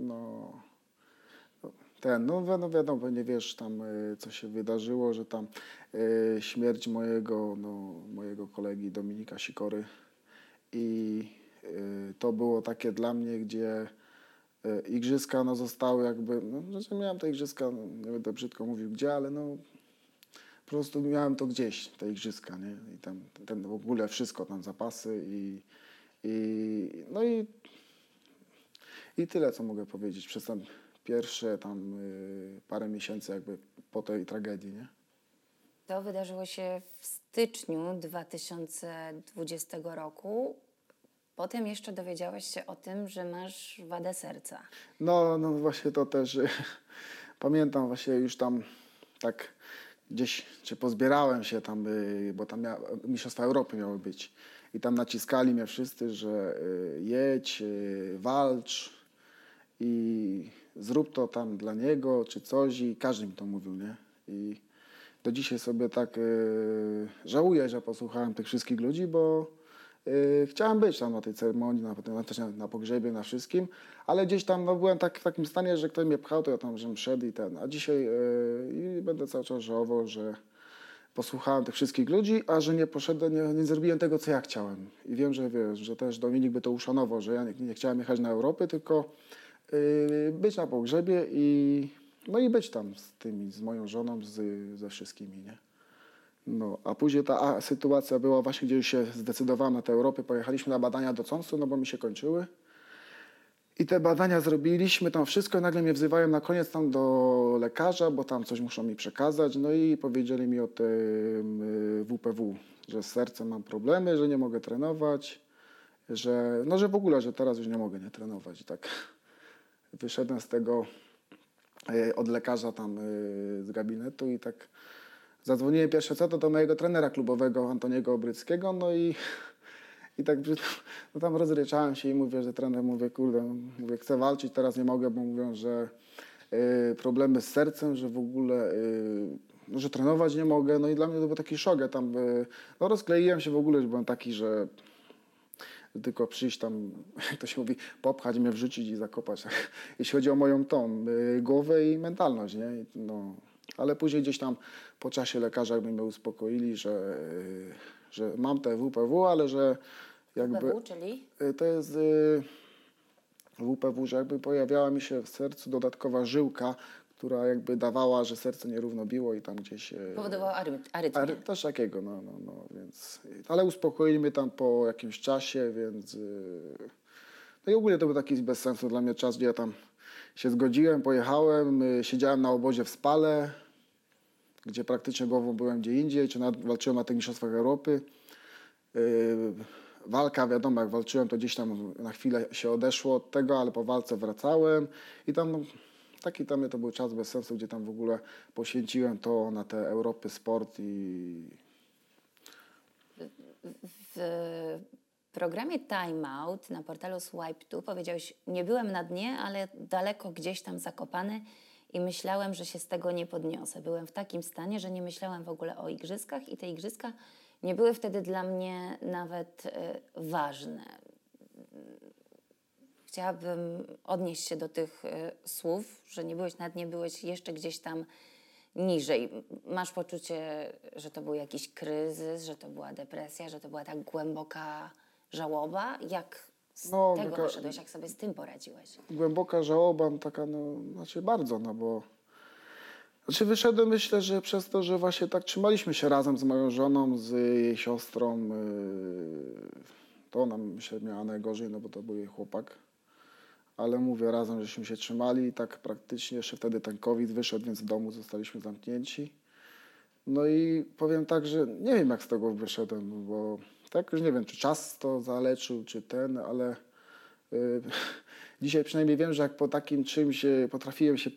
no wiadomo, nie wiesz tam, co się wydarzyło, że tam śmierć mojego kolegi Dominika Sikory i to było takie dla mnie, gdzie igrzyska zostały jakby, że miałem te igrzyska, nie będę brzydko mówił gdzie, ale po prostu miałem to gdzieś, te igrzyska, nie? I tam w ogóle wszystko, tam zapasy i tyle, co mogę powiedzieć przez ten pierwsze tam parę miesięcy jakby po tej tragedii, nie? To wydarzyło się w styczniu 2020 roku. Potem jeszcze dowiedziałeś się o tym, że masz wadę serca. No właśnie to też pamiętam właśnie już tam tak gdzieś, czy pozbierałem się tam, bo tam Mistrzostwa Europy miały być i tam naciskali mnie wszyscy, że jedź, walcz i zrób to tam dla niego czy coś i każdy mi to mówił, nie? I do dzisiaj sobie tak żałuję, że posłuchałem tych wszystkich ludzi, bo chciałem być tam na tej ceremonii, na pogrzebie, na wszystkim, ale gdzieś tam byłem w takim stanie, że ktoś mnie pchał, to ja tam żem szedł a dzisiaj i będę cały czas żałował, że posłuchałem tych wszystkich ludzi, a że nie poszedłem, nie zrobiłem tego, co ja chciałem. I wiem, że też Dominik by to uszanował, że ja nie chciałem jechać na Europę, tylko być na pogrzebie i być tam z moją żoną, ze wszystkimi, nie? No, a później ta sytuacja była właśnie, gdzie już się zdecydowałem na tę Europę. Pojechaliśmy na badania do CONS-u, bo mi się kończyły. I te badania zrobiliśmy, tam wszystko i nagle mnie wzywają na koniec tam do lekarza, bo tam coś muszą mi przekazać. No i powiedzieli mi o tym WPW, że z sercem mam problemy, że nie mogę trenować, że w ogóle, że teraz już nie mogę nie trenować. I tak wyszedłem z tego od lekarza tam z gabinetu i tak zadzwoniłem pierwsze co to do mojego trenera klubowego Antoniego Obryckiego, i tak tam rozryczałem się i mówię, że trener, chcę walczyć, teraz nie mogę, bo mówią, że problemy z sercem, że w ogóle, że trenować nie mogę, no i dla mnie to był taki szok, ja tam, rozkleiłem się w ogóle, że byłem taki, że tylko przyjść tam, jak to się mówi, popchać mnie, wrzucić i zakopać, jeśli chodzi o moją głowę i mentalność, nie? Ale później gdzieś tam po czasie lekarze jakby mnie uspokoili, że mam te WPW, ale że jakby... WPW, czyli? To jest WPW, że jakby pojawiała mi się w sercu dodatkowa żyłka, która jakby dawała, że serce nierówno biło i tam gdzieś... Powodowało arytmię. Też takiego, więc... Ale uspokoili mnie tam po jakimś czasie, więc... No i ogólnie to był taki bez sensu dla mnie czas, gdzie ja tam się zgodziłem, pojechałem, siedziałem na obozie w Spale, gdzie praktycznie głową byłem gdzie indziej, czy walczyłem na tych mistrzostwach Europy. Walka, wiadomo, jak walczyłem, to gdzieś tam na chwilę się odeszło od tego, ale po walce wracałem i tam taki dla mnie to był czas bez sensu, gdzie tam w ogóle poświęciłem to na te Europy, sport i W programie Time Out na portalu Swipe2 powiedziałeś, nie byłem na dnie, ale daleko gdzieś tam zakopany i myślałem, że się z tego nie podniosę. Byłem w takim stanie, że nie myślałem w ogóle o igrzyskach i te igrzyska nie były wtedy dla mnie nawet ważne. Chciałabym odnieść się do tych słów, że nie byłeś na dnie, byłeś jeszcze gdzieś tam niżej. Masz poczucie, że to był jakiś kryzys, że to była depresja, że to była tak głęboka żałoba? Jak z No, tego taka- wyszedłeś, jak sobie z tym poradziłeś? głęboka żałoba, taka, no, znaczy bardzo, no bo... Znaczy wyszedłem, myślę, że przez to, że właśnie tak trzymaliśmy się razem z moją żoną, z jej siostrą, to ona, myślę, miała najgorzej, no bo to był jej chłopak. Ale mówię, razem żeśmy się trzymali i tak praktycznie jeszcze wtedy ten COVID wyszedł, więc w domu zostaliśmy zamknięci. No i powiem tak, że nie wiem, jak z tego wyszedłem, bo tak już nie wiem, czy czas to zaleczył, czy ten, ale y, dzisiaj przynajmniej wiem, że jak po takim czymś potrafiłem się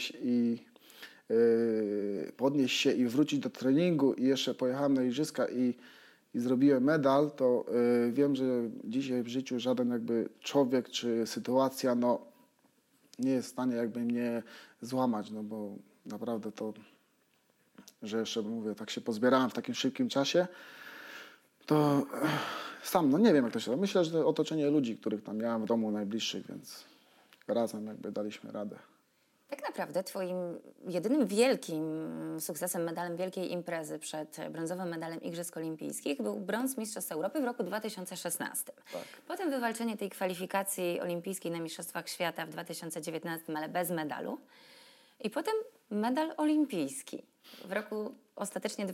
podnieść się i wrócić do treningu i jeszcze pojechałem na igrzyska i zrobiłem medal, to wiem, że dzisiaj w życiu żaden jakby człowiek czy sytuacja no, nie jest w stanie jakby mnie złamać, no bo naprawdę to, że jeszcze mówię, tak się pozbierałem w takim szybkim czasie, to sam, no nie wiem jak to się. Myślę, że otoczenie ludzi, których tam miałem w domu najbliższych, więc razem jakby daliśmy radę. Tak naprawdę twoim jedynym wielkim sukcesem, medalem wielkiej imprezy przed brązowym medalem Igrzysk Olimpijskich był brąz Mistrzostw Europy w roku 2016. Tak. Potem wywalczenie tej kwalifikacji olimpijskiej na Mistrzostwach Świata w 2019, ale bez medalu. I potem medal olimpijski w roku ostatecznie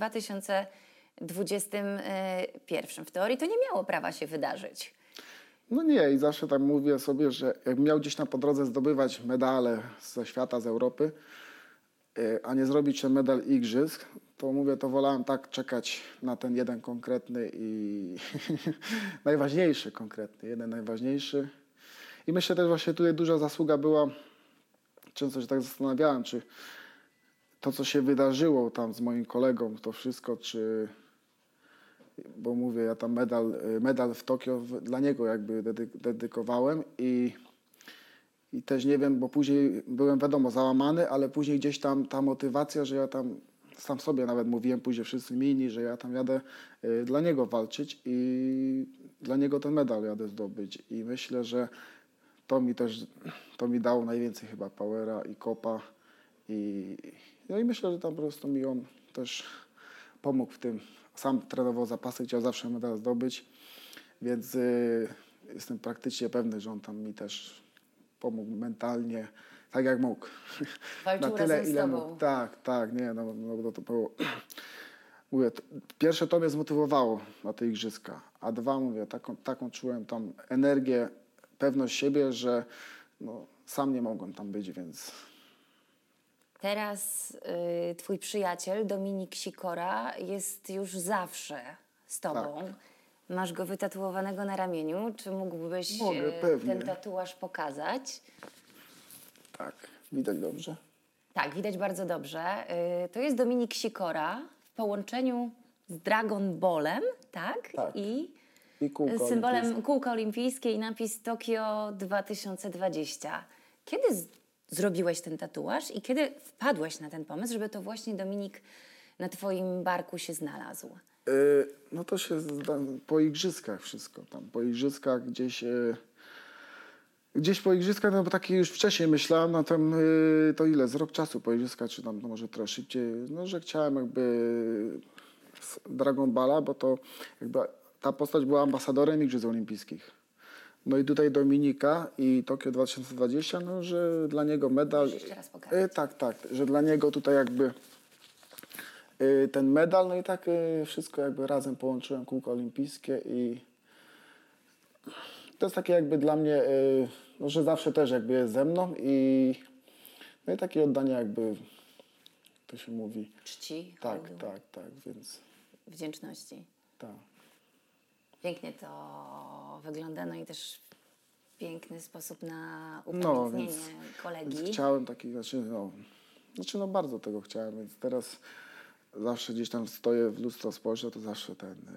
2021. W teorii to nie miało prawa się wydarzyć. No nie i zawsze tak mówię sobie, że jakbym miał gdzieś tam po drodze zdobywać medale ze świata, z Europy, a nie zrobić ten medal igrzysk, to mówię, to wolałem tak czekać na ten jeden konkretny i najważniejszy konkretny, jeden najważniejszy. I myślę też właśnie tutaj duża zasługa była, często się tak zastanawiałem, czy to, co się wydarzyło tam z moim kolegą, to wszystko, czy... Bo mówię, ja tam medal w Tokio dla niego jakby dedykowałem i też nie wiem, bo później byłem wiadomo załamany, ale później gdzieś tam ta motywacja, że ja tam sam sobie nawet mówiłem, później wszyscy inni, że ja tam jadę dla niego walczyć i dla niego ten medal jadę zdobyć i myślę, że to mi dało najwięcej chyba powera i kopa no i myślę, że tam po prostu mi on też pomógł w tym. Sam trenował zapasy, chciał zawsze medal zdobyć, więc jestem praktycznie pewny, że on tam mi też pomógł mentalnie, tak jak mógł. Walczył razem z tobą. mógł. Tak, nie, no to było... Mówię, pierwsze to mnie zmotywowało na te igrzyska, a dwa, mówię, taką czułem tam energię, pewność siebie, że no, sam nie mogłem tam być, więc... Teraz twój przyjaciel Dominik Sikora jest już zawsze z tobą. Tak. Masz go wytatuowanego na ramieniu. Czy mógłbyś Mogę, pewnie. ten tatuaż pokazać? Tak, widać dobrze. Tak, widać bardzo dobrze. To jest Dominik Sikora w połączeniu z Dragon Ballem, tak? Tak. I I kółko symbolem olimpijskie. kółka olimpijskie i napis Tokio 2020. Kiedy zrobiłeś ten tatuaż i kiedy wpadłeś na ten pomysł, żeby to właśnie Dominik na twoim barku się znalazł? No to się po igrzyskach wszystko tam. Po igrzyskach gdzieś po igrzyskach, no bo takie już wcześniej myślałem, no tam to ile, z rok czasu po igrzyskach, czy tam no może trochę szybciej, no że chciałem jakby z Dragon Balla, bo to jakby ta postać była ambasadorem Igrzysk Olimpijskich. No i tutaj Dominika i Tokio 2020, no że dla niego medal... Możesz jeszcze raz pokazać. Tak, że dla niego tutaj jakby ten medal, no i tak wszystko jakby razem połączyłem, kółko olimpijskie i to jest takie jakby dla mnie, no, że zawsze też jakby jest ze mną no i takie oddanie jakby, to się mówi. Czci, Tak, hołdu, więc wdzięczności. tak. Pięknie to wygląda, no i też Piękny sposób na No, upamiętnienie więc kolegi. chciałem taki, no bardzo tego chciałem, więc teraz zawsze gdzieś tam stoję w lustro, spojrzę, to zawsze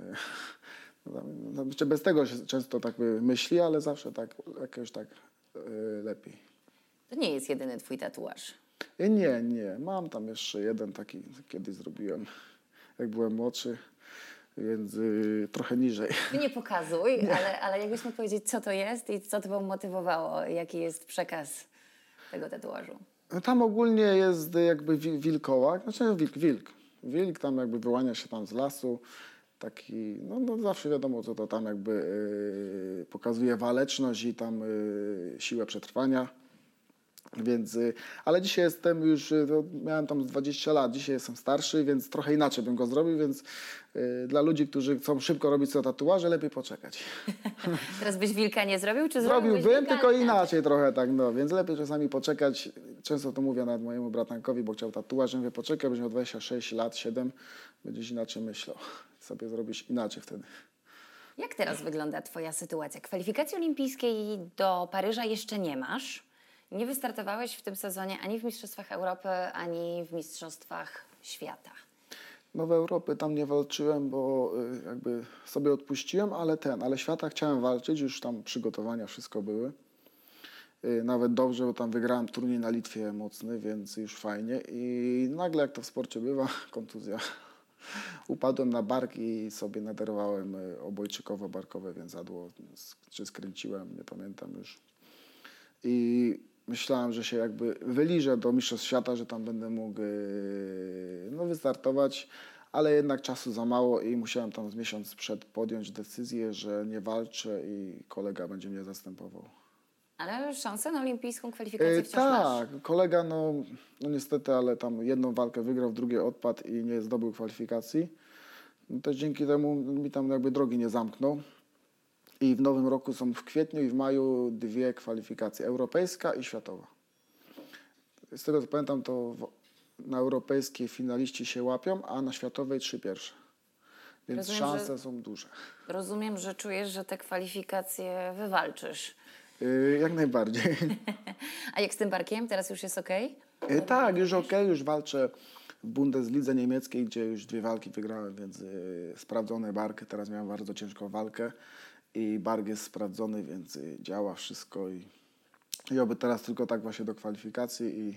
znaczy bez tego się często tak myśli, ale zawsze tak, jakoś tak lepiej. To nie jest jedyny twój tatuaż. Nie, mam tam jeszcze jeden taki, kiedyś zrobiłem, jak byłem młodszy, więc trochę niżej. Ty nie pokazuj, ale jakbyś mógł powiedzieć, co to jest i co to motywowało, jaki jest przekaz tego tatuażu. No tam ogólnie jest jakby wilkołak, znaczy wilk tam jakby wyłania się tam z lasu, taki, no zawsze wiadomo, co to tam jakby pokazuje waleczność i tam siłę przetrwania. Więc, ale dzisiaj jestem już, miałem tam z 20 lat, dzisiaj jestem starszy, więc trochę inaczej bym go zrobił, więc dla ludzi, którzy chcą szybko robić sobie tatuaże, lepiej poczekać. Teraz byś wilka nie zrobił, czy Zrobiłbym, wilka? tylko inaczej trochę tak, no, więc lepiej czasami poczekać. Często to mówię nawet mojemu bratankowi, bo chciał tatuaż, mówię, poczekaj, będzie miał 26 lat, 7, będziesz inaczej myślał, sobie zrobisz inaczej wtedy. Jak teraz wygląda twoja sytuacja? Kwalifikacji olimpijskiej do Paryża jeszcze nie masz. Nie wystartowałeś w tym sezonie ani w Mistrzostwach Europy, ani w Mistrzostwach Świata. No w Europy tam nie walczyłem, bo jakby sobie odpuściłem, ale świata chciałem walczyć, już tam przygotowania wszystko były. Nawet dobrze, bo tam wygrałem turniej na Litwie mocny, więc już fajnie. I nagle, jak to w sporcie bywa, kontuzja. Upadłem na bark i sobie naderwałem obojczykowo-barkowe więzadło, czy skręciłem, nie pamiętam już. I myślałem, że się jakby wyliżę do Mistrzostw Świata, że tam będę mógł wystartować, ale jednak czasu za mało i musiałem tam z miesiąc przed podjąć decyzję, że nie walczę i kolega będzie mnie zastępował. Ale szansę na olimpijską kwalifikację wciąż masz. Tak, kolega no niestety, ale tam jedną walkę wygrał, w drugiej odpadł i nie zdobył kwalifikacji. No też dzięki temu mi tam jakby drogi nie zamknął. I w nowym roku są w kwietniu i w maju 2 kwalifikacje, europejska i światowa. Z tego co pamiętam, to na europejskiej finaliści się łapią, a na światowej 3 pierwsze. Więc Rozumiem, szanse są duże. Rozumiem, że czujesz, że te kwalifikacje wywalczysz. Jak najbardziej. A jak z tym barkiem? Teraz już jest okej? Tak, już już walczę w Bundeslidze niemieckiej, gdzie już 2 walki wygrałem, więc sprawdzone barki. Teraz miałem bardzo ciężką walkę i bark jest sprawdzony, więc działa wszystko i oby teraz tylko tak właśnie do kwalifikacji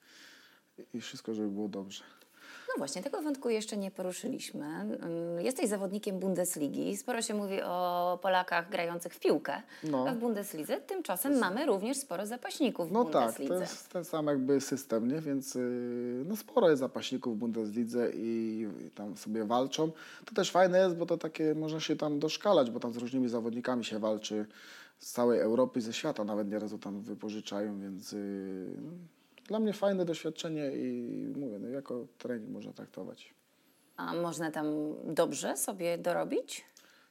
i wszystko, żeby było dobrze. No właśnie, tego wątku jeszcze nie poruszyliśmy. Jesteś zawodnikiem Bundesligi. Sporo się mówi o Polakach grających w piłkę w Bundeslidze. Tymczasem mamy również sporo zapaśników w Bundeslidze. Tak, to jest ten sam jakby system, nie? Więc sporo jest zapaśników w Bundeslidze i tam sobie walczą. To też fajne jest, bo to takie można się tam doszkalać, bo tam z różnymi zawodnikami się walczy z całej Europy i ze świata. Nawet nieraz tam wypożyczają, więc dla mnie fajne doświadczenie i mówię, jako trening można traktować. A można tam dobrze sobie dorobić?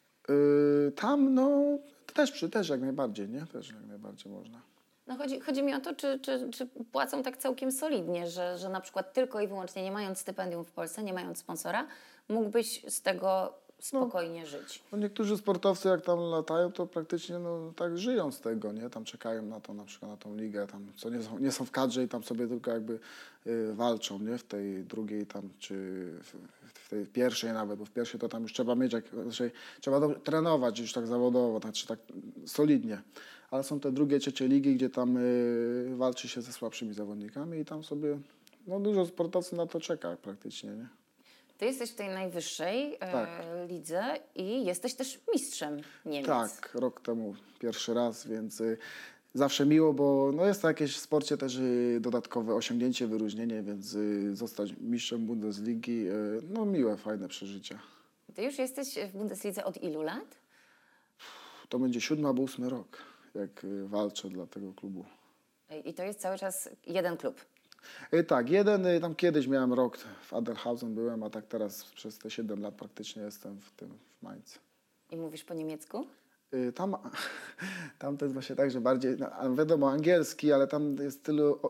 Tam też jak najbardziej, nie? Też jak najbardziej można. No chodzi mi o to, czy płacą tak całkiem solidnie, że na przykład tylko i wyłącznie nie mając stypendium w Polsce, nie mając sponsora, mógłbyś z tego spokojnie żyć. No niektórzy sportowcy jak tam latają, to praktycznie tak żyją z tego, nie? Tam czekają na to, na przykład na tą ligę, tam co nie są w kadrze i tam sobie tylko jakby walczą, nie? W tej drugiej tam, czy w tej pierwszej nawet, bo w pierwszej to tam już trzeba mieć, trzeba trenować już tak zawodowo, znaczy tak solidnie. Ale są te drugie, trzecie ligi, gdzie tam walczy się ze słabszymi zawodnikami i tam sobie, dużo sportowców na to czeka praktycznie, nie? Ty jesteś w tej najwyższej lidze i jesteś też mistrzem Niemiec. Tak, rok temu pierwszy raz, więc zawsze miło, bo jest to jakieś w sporcie też dodatkowe osiągnięcie, wyróżnienie, więc zostać mistrzem Bundesligi, miłe, fajne przeżycia. Ty już jesteś w Bundeslidze od ilu lat? To będzie 7 albo 8 rok, jak walczę dla tego klubu. I to jest cały czas jeden klub? Tak, tam kiedyś miałem rok w Adelhausen byłem, a tak teraz przez te 7 lat praktycznie jestem w Mainz. I mówisz po niemiecku? Tam to jest właśnie tak, że bardziej, wiadomo, angielski, ale tam jest tylu,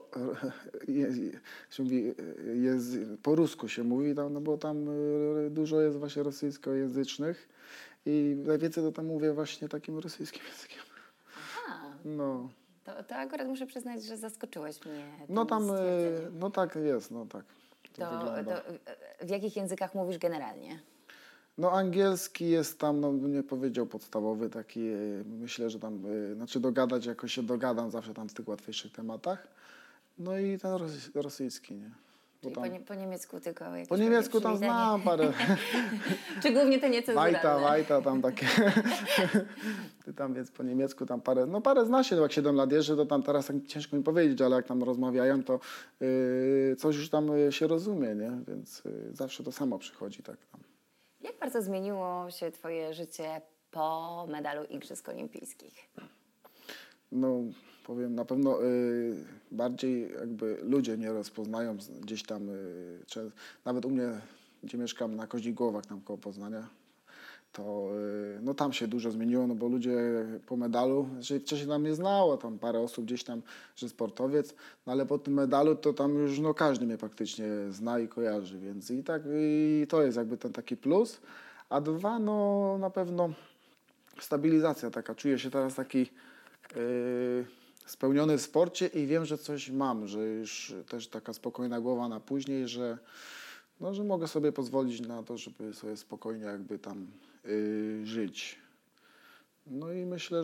po rusku się mówi, bo tam dużo jest właśnie rosyjskojęzycznych i najwięcej to tam mówię właśnie takim rosyjskim językiem. Aha, No, To akurat muszę przyznać, że zaskoczyłeś mnie no tym tam, stwierdzeniem. no tak jest, no tak. To wygląda. W jakich językach mówisz generalnie? No angielski jest tam, no bym nie powiedział podstawowy, taki, myślę, że tam, znaczy dogadać jakoś się dogadam zawsze tam w tych łatwiejszych tematach. No i ten rosyjski, nie? Bo Czyli tam, po niemiecku tylko jakieś po niemiecku tam przywitanie? znam parę, Czy głównie te niecenzuralne? Wajta tam takie, ty tam więc po niemiecku tam parę, no parę zna się, jak 7 lat jeżdżę, to tam teraz tak ciężko mi powiedzieć, ale jak tam rozmawiają, to coś już tam się rozumie, nie? Więc zawsze to samo przychodzi tak tam. Jak bardzo zmieniło się twoje życie po medalu Igrzysk Olimpijskich? No, powiem, na pewno bardziej jakby ludzie mnie rozpoznają gdzieś tam, nawet u mnie, gdzie mieszkam na Koźligłowach, tam koło Poznania, to no tam się dużo zmieniło, no bo ludzie po medalu, znaczy wcześniej tam mnie znało, tam parę osób gdzieś tam, że sportowiec, no ale po tym medalu to tam już no każdy mnie praktycznie zna i kojarzy, więc i tak i to jest jakby ten taki plus, a dwa, no na pewno stabilizacja taka, czuję się teraz taki spełniony w sporcie i wiem, że coś mam, że już też taka spokojna głowa na później, że, no, że mogę sobie pozwolić na to, żeby sobie spokojnie jakby tam żyć. No i myślę,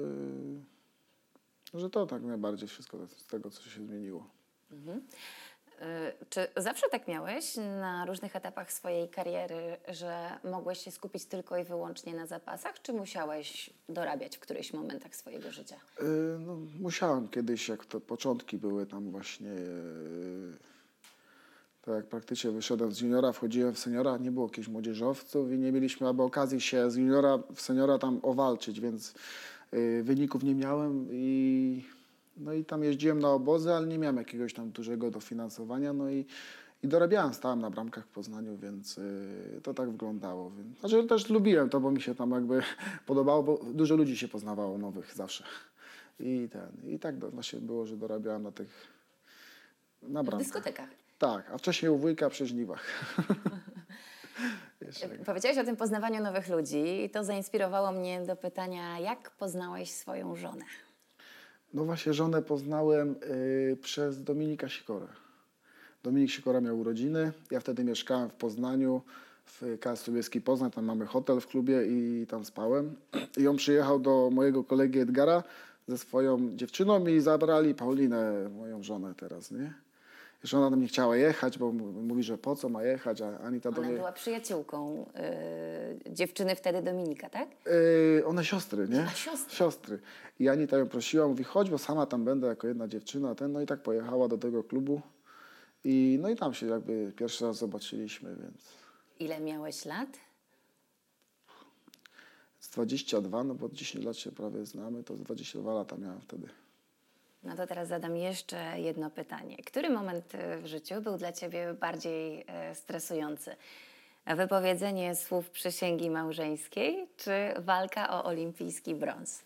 że to tak najbardziej wszystko z tego, co się zmieniło. Czy zawsze tak miałeś na różnych etapach swojej kariery, że mogłeś się skupić tylko i wyłącznie na zapasach, czy musiałeś dorabiać w którychś momentach swojego życia? No, musiałem kiedyś, jak to początki były tam właśnie, to jak praktycznie wyszedłem z juniora, wchodziłem w seniora, nie było jakichś młodzieżowców i nie mieliśmy aby okazji się z juniora w seniora tam owalczyć, więc wyników nie miałem no i tam jeździłem na obozy, ale nie miałem jakiegoś tam dużego dofinansowania, no i dorabiałem, stałem na bramkach w Poznaniu, więc to tak wyglądało. Więc, znaczy też lubiłem to, bo mi się tam jakby podobało, bo dużo ludzi się poznawało nowych zawsze. I tak właśnie było, że dorabiałem na W bramkach. dyskotekach. Tak, a wcześniej u wujka przy żniwach. Jeszcze tak. Powiedziałeś o tym poznawaniu nowych ludzi i to zainspirowało mnie do pytania, jak poznałeś swoją żonę? No właśnie żonę poznałem przez Dominika Sikorę. Dominik Sikora miał urodziny, ja wtedy mieszkałem w Poznaniu, w KS Sobieski Poznań, tam mamy hotel w klubie i tam spałem. I on przyjechał do mojego kolegi Edgara ze swoją dziewczyną i zabrali Paulinę, moją żonę teraz, nie? Żona tam nie chciała jechać, bo mówi, że po co ma jechać, a Anita do Ona niej... była przyjaciółką dziewczyny wtedy Dominika, tak? One siostry, nie? A, siostry. Siostry. I Anita ją prosiła, mówi, chodź, bo sama tam będę jako jedna dziewczyna, no i tak pojechała do tego klubu. No i tam się jakby pierwszy raz zobaczyliśmy, więc... Ile miałeś lat? Z 22, no bo 10 lat się prawie znamy, to z 22 lata miałem wtedy. No to teraz zadam jeszcze jedno pytanie. Który moment w życiu był dla ciebie bardziej stresujący? Wypowiedzenie słów przysięgi małżeńskiej, czy walka o olimpijski brąz?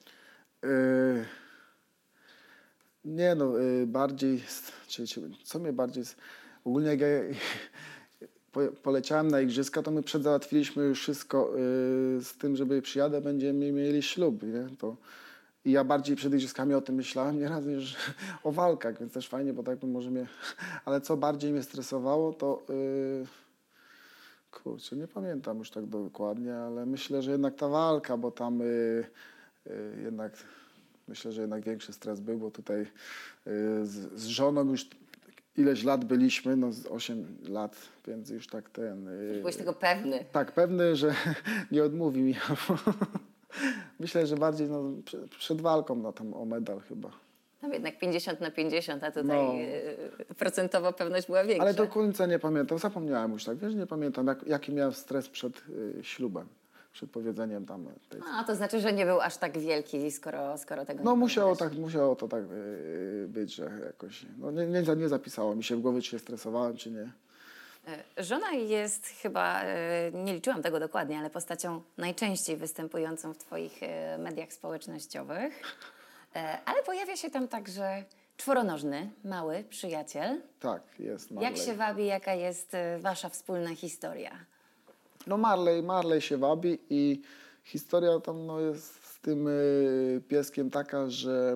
Nie no, bardziej, co mnie bardziej, ogólnie jak ja poleciałem na igrzyska, to my przedzałatwiliśmy już wszystko z tym, żeby przyjadę, będziemy mieli ślub, nie? I ja bardziej przed igrzyskami o tym myślałem nieraz niż o walkach, więc też fajnie, bo tak to może mnie... Ale co bardziej mnie stresowało, to... Kurczę, nie pamiętam już tak dokładnie, ale myślę, że jednak ta walka, bo tam jednak... Myślę, że jednak większy stres był, bo tutaj z żoną już ileś lat byliśmy, no z 8 lat, więc już tak Byłeś tego pewny. Tak, pewny, że nie odmówi mi. Myślę, że bardziej no, przed walką no, tam o medal chyba. Tam jednak 50/50, a tutaj No. procentowo pewność była większa. Ale do końca nie pamiętam, zapomniałem już tak, wiesz, nie pamiętam jaki miałem stres przed ślubem, przed powiedzeniem tam tej... A to znaczy, że nie był aż tak wielki, skoro tego No nie musiało pamiętasz. to tak być, że jakoś, no nie zapisało mi się w głowie, czy się stresowałem, czy nie. Żona jest chyba, nie liczyłam tego dokładnie, ale postacią najczęściej występującą w twoich mediach społecznościowych. Ale pojawia się tam także czworonożny, mały przyjaciel. Tak, jest Marley. Jak się wabi, jaka jest wasza wspólna historia? No Marley się wabi i historia tam no, jest tym pieskiem taka, że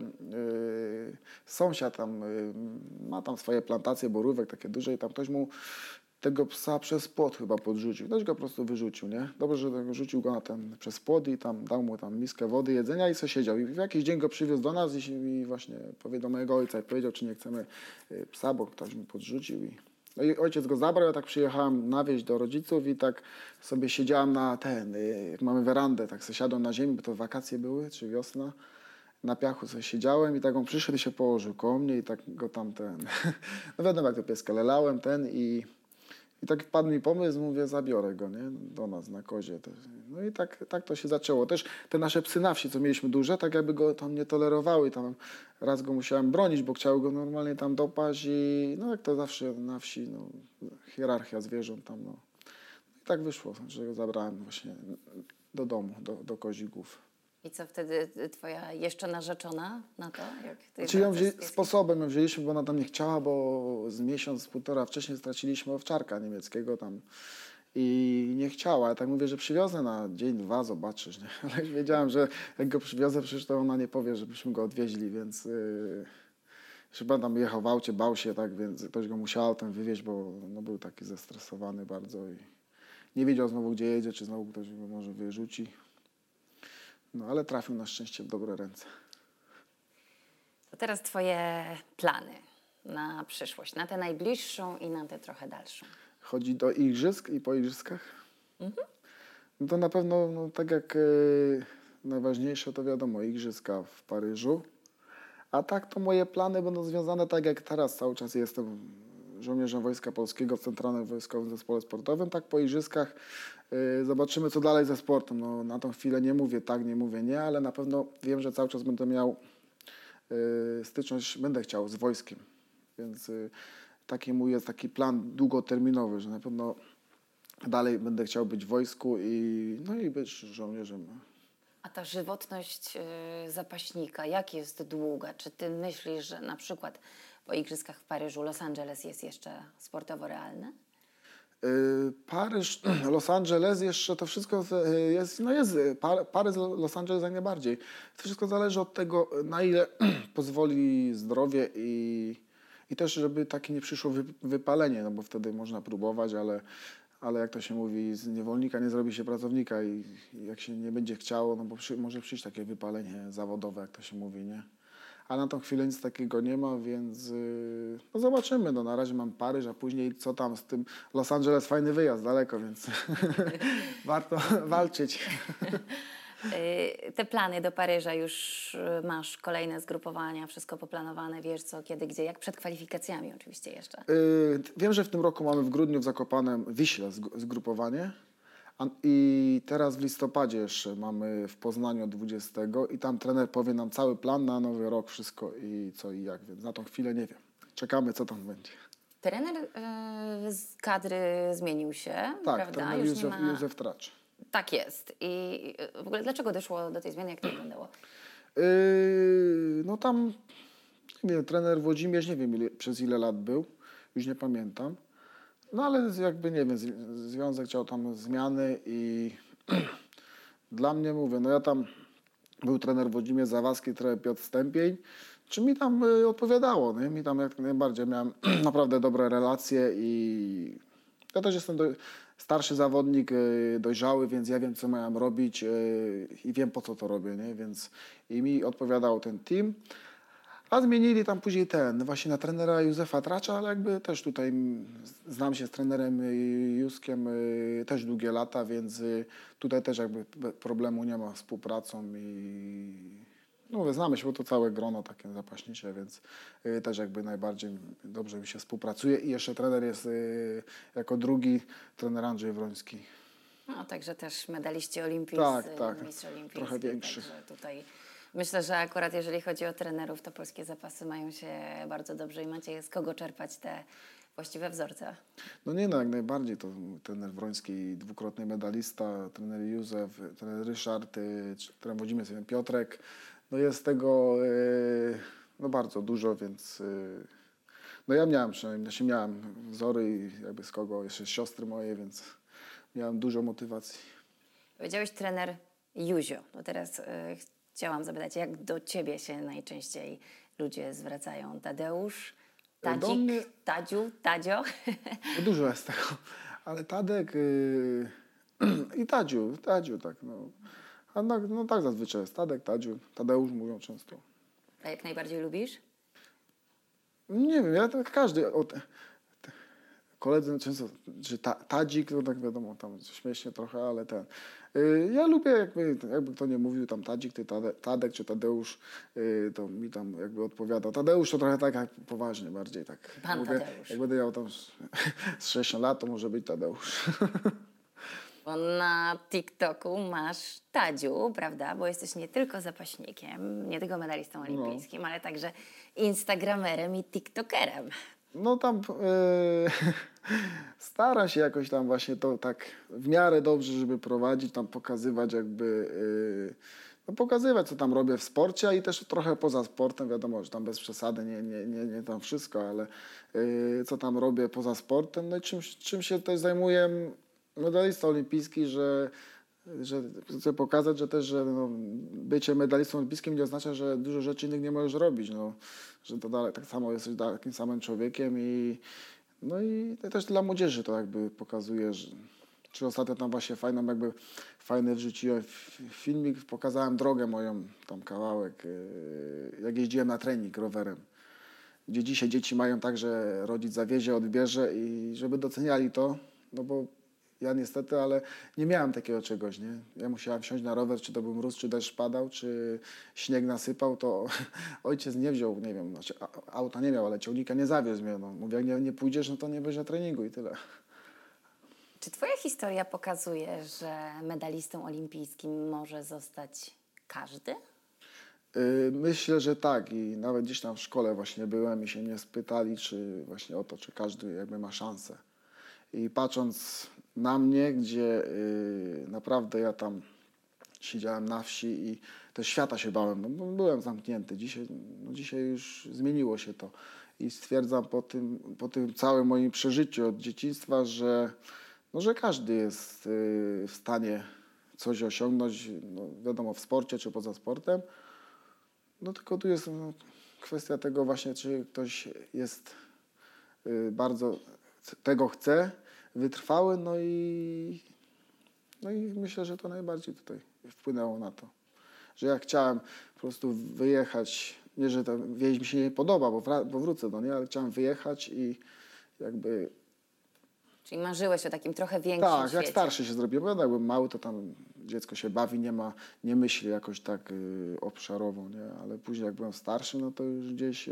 sąsiad tam ma tam swoje plantacje borówek takie duże i tam ktoś mu tego psa przez płot chyba podrzucił. Ktoś go po prostu wyrzucił, nie? Dobrze, że tego rzucił go na ten przez płot i tam dał mu tam miskę wody, jedzenia i co siedział. I w jakiś dzień go przywiózł do nas i właśnie powiedział mojego ojca i powiedział, czy nie chcemy psa, bo ktoś mu podrzucił. No i ojciec go zabrał, ja tak przyjechałem na wieś do rodziców i tak sobie siedziałem na jak mamy werandę, tak sobie siadłem na ziemi, bo to wakacje były, czy wiosna. Na piachu sobie siedziałem i tak on przyszedł i się położył koło mnie i tak go tam no wiadomo jak to pieska, lelałem i tak wpadł mi pomysł, mówię, zabiorę go, nie? Do nas na kozie. No i tak to się zaczęło. Też te nasze psy na wsi, co mieliśmy duże, tak jakby go tam nie tolerowały. Tam raz go musiałem bronić, bo chciały go normalnie tam dopaść i no jak to zawsze na wsi, no, hierarchia zwierząt tam, no. I tak wyszło, że go zabrałem właśnie do domu, do kozigów. I co wtedy twoja jeszcze narzeczona na to? Jak ty Znaczy ją wracasz z pieskiem? sposobem ją wzięliśmy, bo ona tam nie chciała, bo z miesiąc, półtora wcześniej straciliśmy owczarka niemieckiego tam i nie chciała. Ja tak mówię, że przywiozę na dzień, dwa, zobaczysz, nie? Ale już wiedziałem, że jak go przywiozę, przecież to ona nie powie, żebyśmy go odwieźli, więc chyba tam jechał w aucie, bał się, tak, więc ktoś go musiał autem wywieźć, bo no, był taki zestresowany bardzo i nie wiedział znowu, gdzie jedzie, czy znowu ktoś go może wyrzuci. No ale trafił na szczęście w dobre ręce. To teraz twoje plany na przyszłość, na tę najbliższą i na tę trochę dalszą. Chodzi do igrzysk i po igrzyskach? No to na pewno, no, tak jak najważniejsze to wiadomo, igrzyska w Paryżu. A tak to moje plany będą związane tak jak teraz cały czas jestem żołnierzem Wojska Polskiego w Centralnym Wojskowym Zespole Sportowym. Tak po igrzyskach zobaczymy co dalej ze sportem. No, na tą chwilę nie mówię tak, nie mówię nie, ale na pewno wiem, że cały czas będę miał styczność, będę chciał z wojskiem. Więc taki mój jest taki plan długoterminowy, że na pewno dalej będę chciał być w wojsku i być żołnierzem. A ta żywotność zapaśnika, jak jest długa? Czy ty myślisz, że na przykład po igrzyskach w Paryżu Los Angeles jest jeszcze sportowo realne? Paryż, Los Angeles, jeszcze to wszystko jest, no jest, Paryż, Los Angeles jak najbardziej. To wszystko zależy od tego, na ile pozwoli zdrowie i też, żeby takie nie przyszło wypalenie, no bo wtedy można próbować, ale jak to się mówi, z niewolnika nie zrobi się pracownika i jak się nie będzie chciało, no bo może przyjść takie wypalenie zawodowe, jak to się mówi, nie? A na tą chwilę nic takiego nie ma, więc no zobaczymy. No, na razie mam Paryż, a później co tam z tym Los Angeles, fajny wyjazd daleko, więc warto walczyć. Te plany do Paryża już masz, kolejne zgrupowania, wszystko poplanowane, wiesz co, kiedy, gdzie, jak przed kwalifikacjami oczywiście jeszcze. Wiem, że w tym roku mamy w grudniu w Zakopanem Wiśle zgrupowanie. I teraz w listopadzie jeszcze mamy w Poznaniu 20 i tam trener powie nam cały plan na nowy rok, wszystko i co i jak, więc na tą chwilę nie wiem. Czekamy, co tam będzie. Trener z kadry zmienił się, Tak, prawda? trener Już nie ma... Józef Tracz. Tak jest. I w ogóle dlaczego doszło do tej zmiany, jak to wyglądało? No tam, nie wiem, trener Włodzimierz, nie wiem przez ile lat był, już nie pamiętam. No ale jakby, nie wiem, związek chciał tam zmiany i dla mnie, mówię, no ja tam był trener Włodzimierz Zawadzki, trener Piotr Stępień, czy mi tam odpowiadało, nie? Mi tam jak najbardziej miałem naprawdę dobre relacje i ja też jestem starszy zawodnik, dojrzały, więc ja wiem, co miałem robić i wiem, po co to robię, nie? Więc i mi odpowiadał ten team. A zmienili tam później właśnie na trenera Józefa Tracza, ale jakby też tutaj znam się z trenerem Józkiem też długie lata, więc tutaj też jakby problemu nie ma z współpracą i no mówię, znamy się, bo to całe grono takie zapaśnicze, więc też jakby najbardziej dobrze mi się współpracuje i jeszcze trener jest jako drugi trener Andrzej Wroński. No, także też medaliści olimpijscy, Tak, mistrz olimpijski. trochę większy. Także tutaj myślę, że akurat jeżeli chodzi o trenerów, to polskie zapasy mają się bardzo dobrze i macie z kogo czerpać te właściwe wzorce. No nie, no jak najbardziej to trener Wroński, dwukrotny medalista, trener Józef, trener Ryszard, trener Włodzimierz, Piotrek. No jest tego no bardzo dużo, więc no ja miałem przynajmniej, miałem wzory i jakby z kogo, jeszcze siostry moje, więc miałem dużo motywacji. Powiedziałeś trener Józio. No teraz chciałam zapytać, jak do ciebie się najczęściej ludzie zwracają? Tadeusz, Tadzik, Do mnie Tadziu, Tadzio? no dużo jest tego, ale Tadek i Tadziu, tak. No. A no tak zazwyczaj jest. Tadek, Tadziu, Tadeusz mówią często. A jak najbardziej lubisz? Nie wiem, ja tak każdy, koledzy często, czy Tadzik, to tak wiadomo, tam śmiesznie trochę, ale ten. Ja lubię, jakby kto nie mówił, tam Tadzik, Tadek czy Tadeusz, to mi tam jakby odpowiadał. Tadeusz to trochę tak jak poważnie bardziej, tak. Pan Mówię, Tadeusz. jak będę miał tam z 60 lat, to może być Tadeusz. Bo na TikToku masz Tadziu, prawda? Bo jesteś nie tylko zapaśnikiem, nie tylko medalistą olimpijskim, ale także instagramerem i tiktokerem. No tam staram się jakoś tam właśnie to tak w miarę dobrze, żeby prowadzić, tam pokazywać jakby, no pokazywać co tam robię w sporcie, a i też trochę poza sportem, wiadomo, że tam bez przesady, nie tam wszystko, ale co tam robię poza sportem, no i czym się też zajmuję medalista olimpijski, że chcę pokazać, że też, że no, bycie medalistą olimpijskim nie oznacza, że dużo rzeczy innych nie możesz robić, no, że to dalej tak samo jesteś takim samym człowiekiem i no i to też dla młodzieży to jakby pokazuje, że czy ostatnio tam właśnie fajny wrzuciłem filmik, pokazałem drogę moją, tam kawałek, jak jeździłem na trening rowerem, gdzie dzisiaj dzieci mają tak, że rodzic zawiezie, odbierze i żeby doceniali to, no bo ja niestety, ale nie miałem takiego czegoś, nie? Ja musiałem wsiąść na rower, czy to był mróz, czy deszcz padał, czy śnieg nasypał, to ojciec nie wziął, nie wiem, znaczy auta nie miał, ale ciągnika nie zawiózł mnie. No. Mówię, jak nie pójdziesz, no to nie będziesz na treningu i tyle. Czy twoja historia pokazuje, że medalistą olimpijskim może zostać każdy? Myślę, że tak i nawet gdzieś tam w szkole właśnie byłem i się mnie spytali, czy właśnie o to, czy każdy jakby ma szansę. I patrząc na mnie, gdzie naprawdę ja tam siedziałem na wsi i też świata się bałem, no, bo byłem zamknięty. Dzisiaj już zmieniło się to i stwierdzam po tym całym moim przeżyciu od dzieciństwa, że, no, że każdy jest w stanie coś osiągnąć, no, wiadomo, w sporcie czy poza sportem. No tylko tu jest kwestia tego właśnie, czy ktoś jest bardzo tego chce, wytrwały, no i myślę, że to najbardziej tutaj wpłynęło na to, że ja chciałem po prostu wyjechać, nie, że ta wieś mi się nie podoba, bo wrócę do niej, ale chciałem wyjechać i jakby... Czyli marzyłeś o takim trochę większym Tak, świecie. jak starszy się zrobiłem, bo jak byłem mały, to tam dziecko się bawi, nie myśli jakoś tak obszarowo, nie? Ale później jak byłem starszy, no to już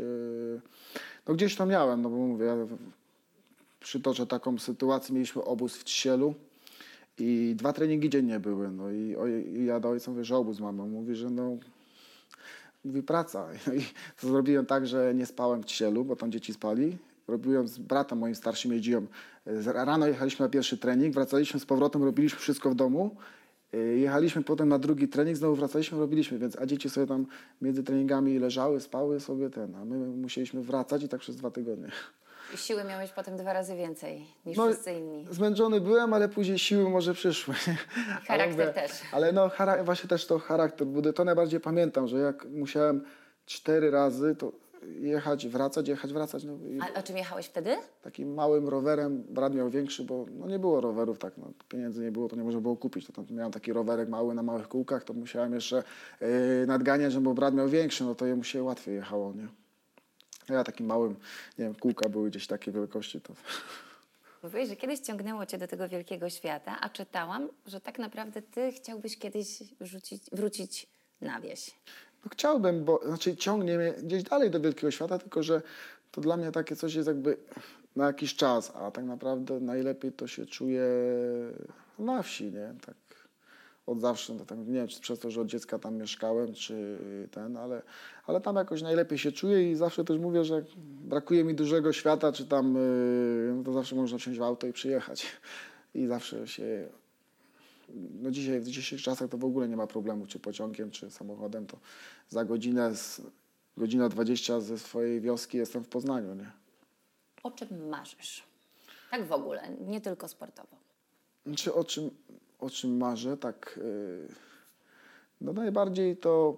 gdzieś to miałem, no bo mówię, ja przytoczę taką sytuację, mieliśmy obóz w Ciesielu i 2 treningi dziennie były, no i ja do ojca mówię, że obóz mamy, on mówi, że no, mówi praca. I to zrobiłem tak, że nie spałem w Ciesielu, bo tam dzieci spali. Robiłem z bratem moim starszym, jeździłem. Rano jechaliśmy na pierwszy trening, wracaliśmy z powrotem, robiliśmy wszystko w domu. Jechaliśmy potem na drugi trening, znowu wracaliśmy, robiliśmy, a dzieci sobie tam między treningami leżały, spały sobie a my musieliśmy wracać i tak przez 2 tygodnie. I siły miałeś potem 2 razy więcej niż No, wszyscy inni. zmęczony byłem, ale później siły może przyszły. Charakter też. Ale no właśnie też to charakter, to najbardziej pamiętam, że jak musiałem 4 razy to jechać, wracać. No, A o czym jechałeś wtedy? takim małym rowerem, brat miał większy, bo no, nie było rowerów, tak, no, pieniędzy nie było, to nie można było kupić. To tam miałem taki rowerek mały na małych kółkach, to musiałem jeszcze nadganiać, bo brat miał większy, no to jemu się łatwiej jechało, nie? A ja takim małym, nie wiem, kółka były gdzieś takiej wielkości. To... Mówiłeś, że kiedyś ciągnęło cię do tego wielkiego świata, a czytałam, że tak naprawdę ty chciałbyś kiedyś wrócić na wieś. No chciałbym, bo znaczy ciągnie mnie gdzieś dalej do wielkiego świata, tylko że to dla mnie takie coś jest jakby na jakiś czas, a tak naprawdę najlepiej to się czuję na wsi, nie? Tak od zawsze, no tak, nie wiem, czy przez to, że od dziecka tam mieszkałem, czy ale tam jakoś najlepiej się czuję i zawsze też mówię, że jak brakuje mi dużego świata, czy tam, no to zawsze można wsiąść w auto i przyjechać. I zawsze się... No dzisiaj, w dzisiejszych czasach to w ogóle nie ma problemu, czy pociągiem, czy samochodem, to za godzina 20 ze swojej wioski jestem w Poznaniu, nie? O czym marzysz? Tak w ogóle, nie tylko sportowo. Znaczy o czym marzę, tak No najbardziej to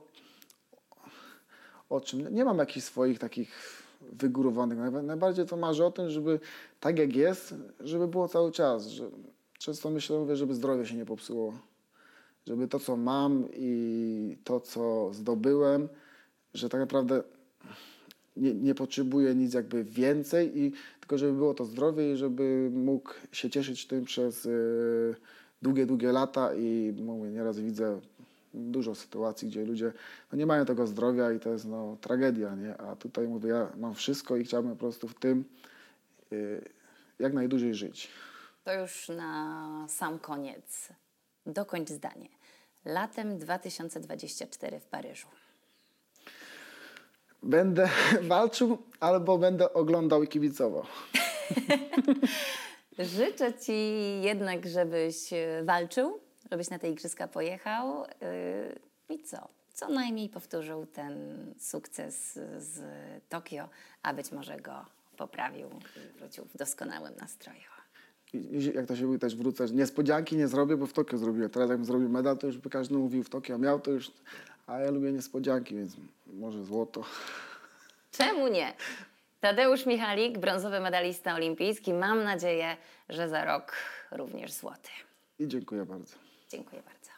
o czym? Nie mam jakichś swoich takich wygórowanych. Najbardziej to marzę o tym, żeby tak jak jest, żeby było cały czas. Że często mówię, żeby zdrowie się nie popsuło. Żeby to, co mam i to, co zdobyłem, że tak naprawdę nie potrzebuję nic jakby więcej, tylko żeby było to zdrowie i żeby mógł się cieszyć tym przez długie lata. I mówię, nieraz widzę dużo sytuacji, gdzie ludzie nie mają tego zdrowia i to jest tragedia, nie? A tutaj mówię, ja mam wszystko i chciałbym po prostu w tym jak najdłużej żyć. To już na sam koniec. Dokończ zdanie. Latem 2024 w Paryżu. Będę walczył albo będę oglądał i kibicował. Życzę Ci jednak, żebyś walczył, żebyś na te igrzyska pojechał i co najmniej powtórzył ten sukces z Tokio, a być może go poprawił i wrócił w doskonałym nastroju. I jak to się mówi, też wrócę, niespodzianki nie zrobię, bo w Tokio zrobiłem. Teraz jakbym zrobił medal, to już by każdy mówił w Tokio miał, to już... A ja lubię niespodzianki, więc może złoto. Czemu nie? Tadeusz Michalik, brązowy medalista olimpijski. Mam nadzieję, że za rok również złoty. I dziękuję bardzo. Dziękuję bardzo.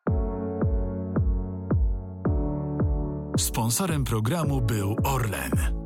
Sponsorem programu był Orlen.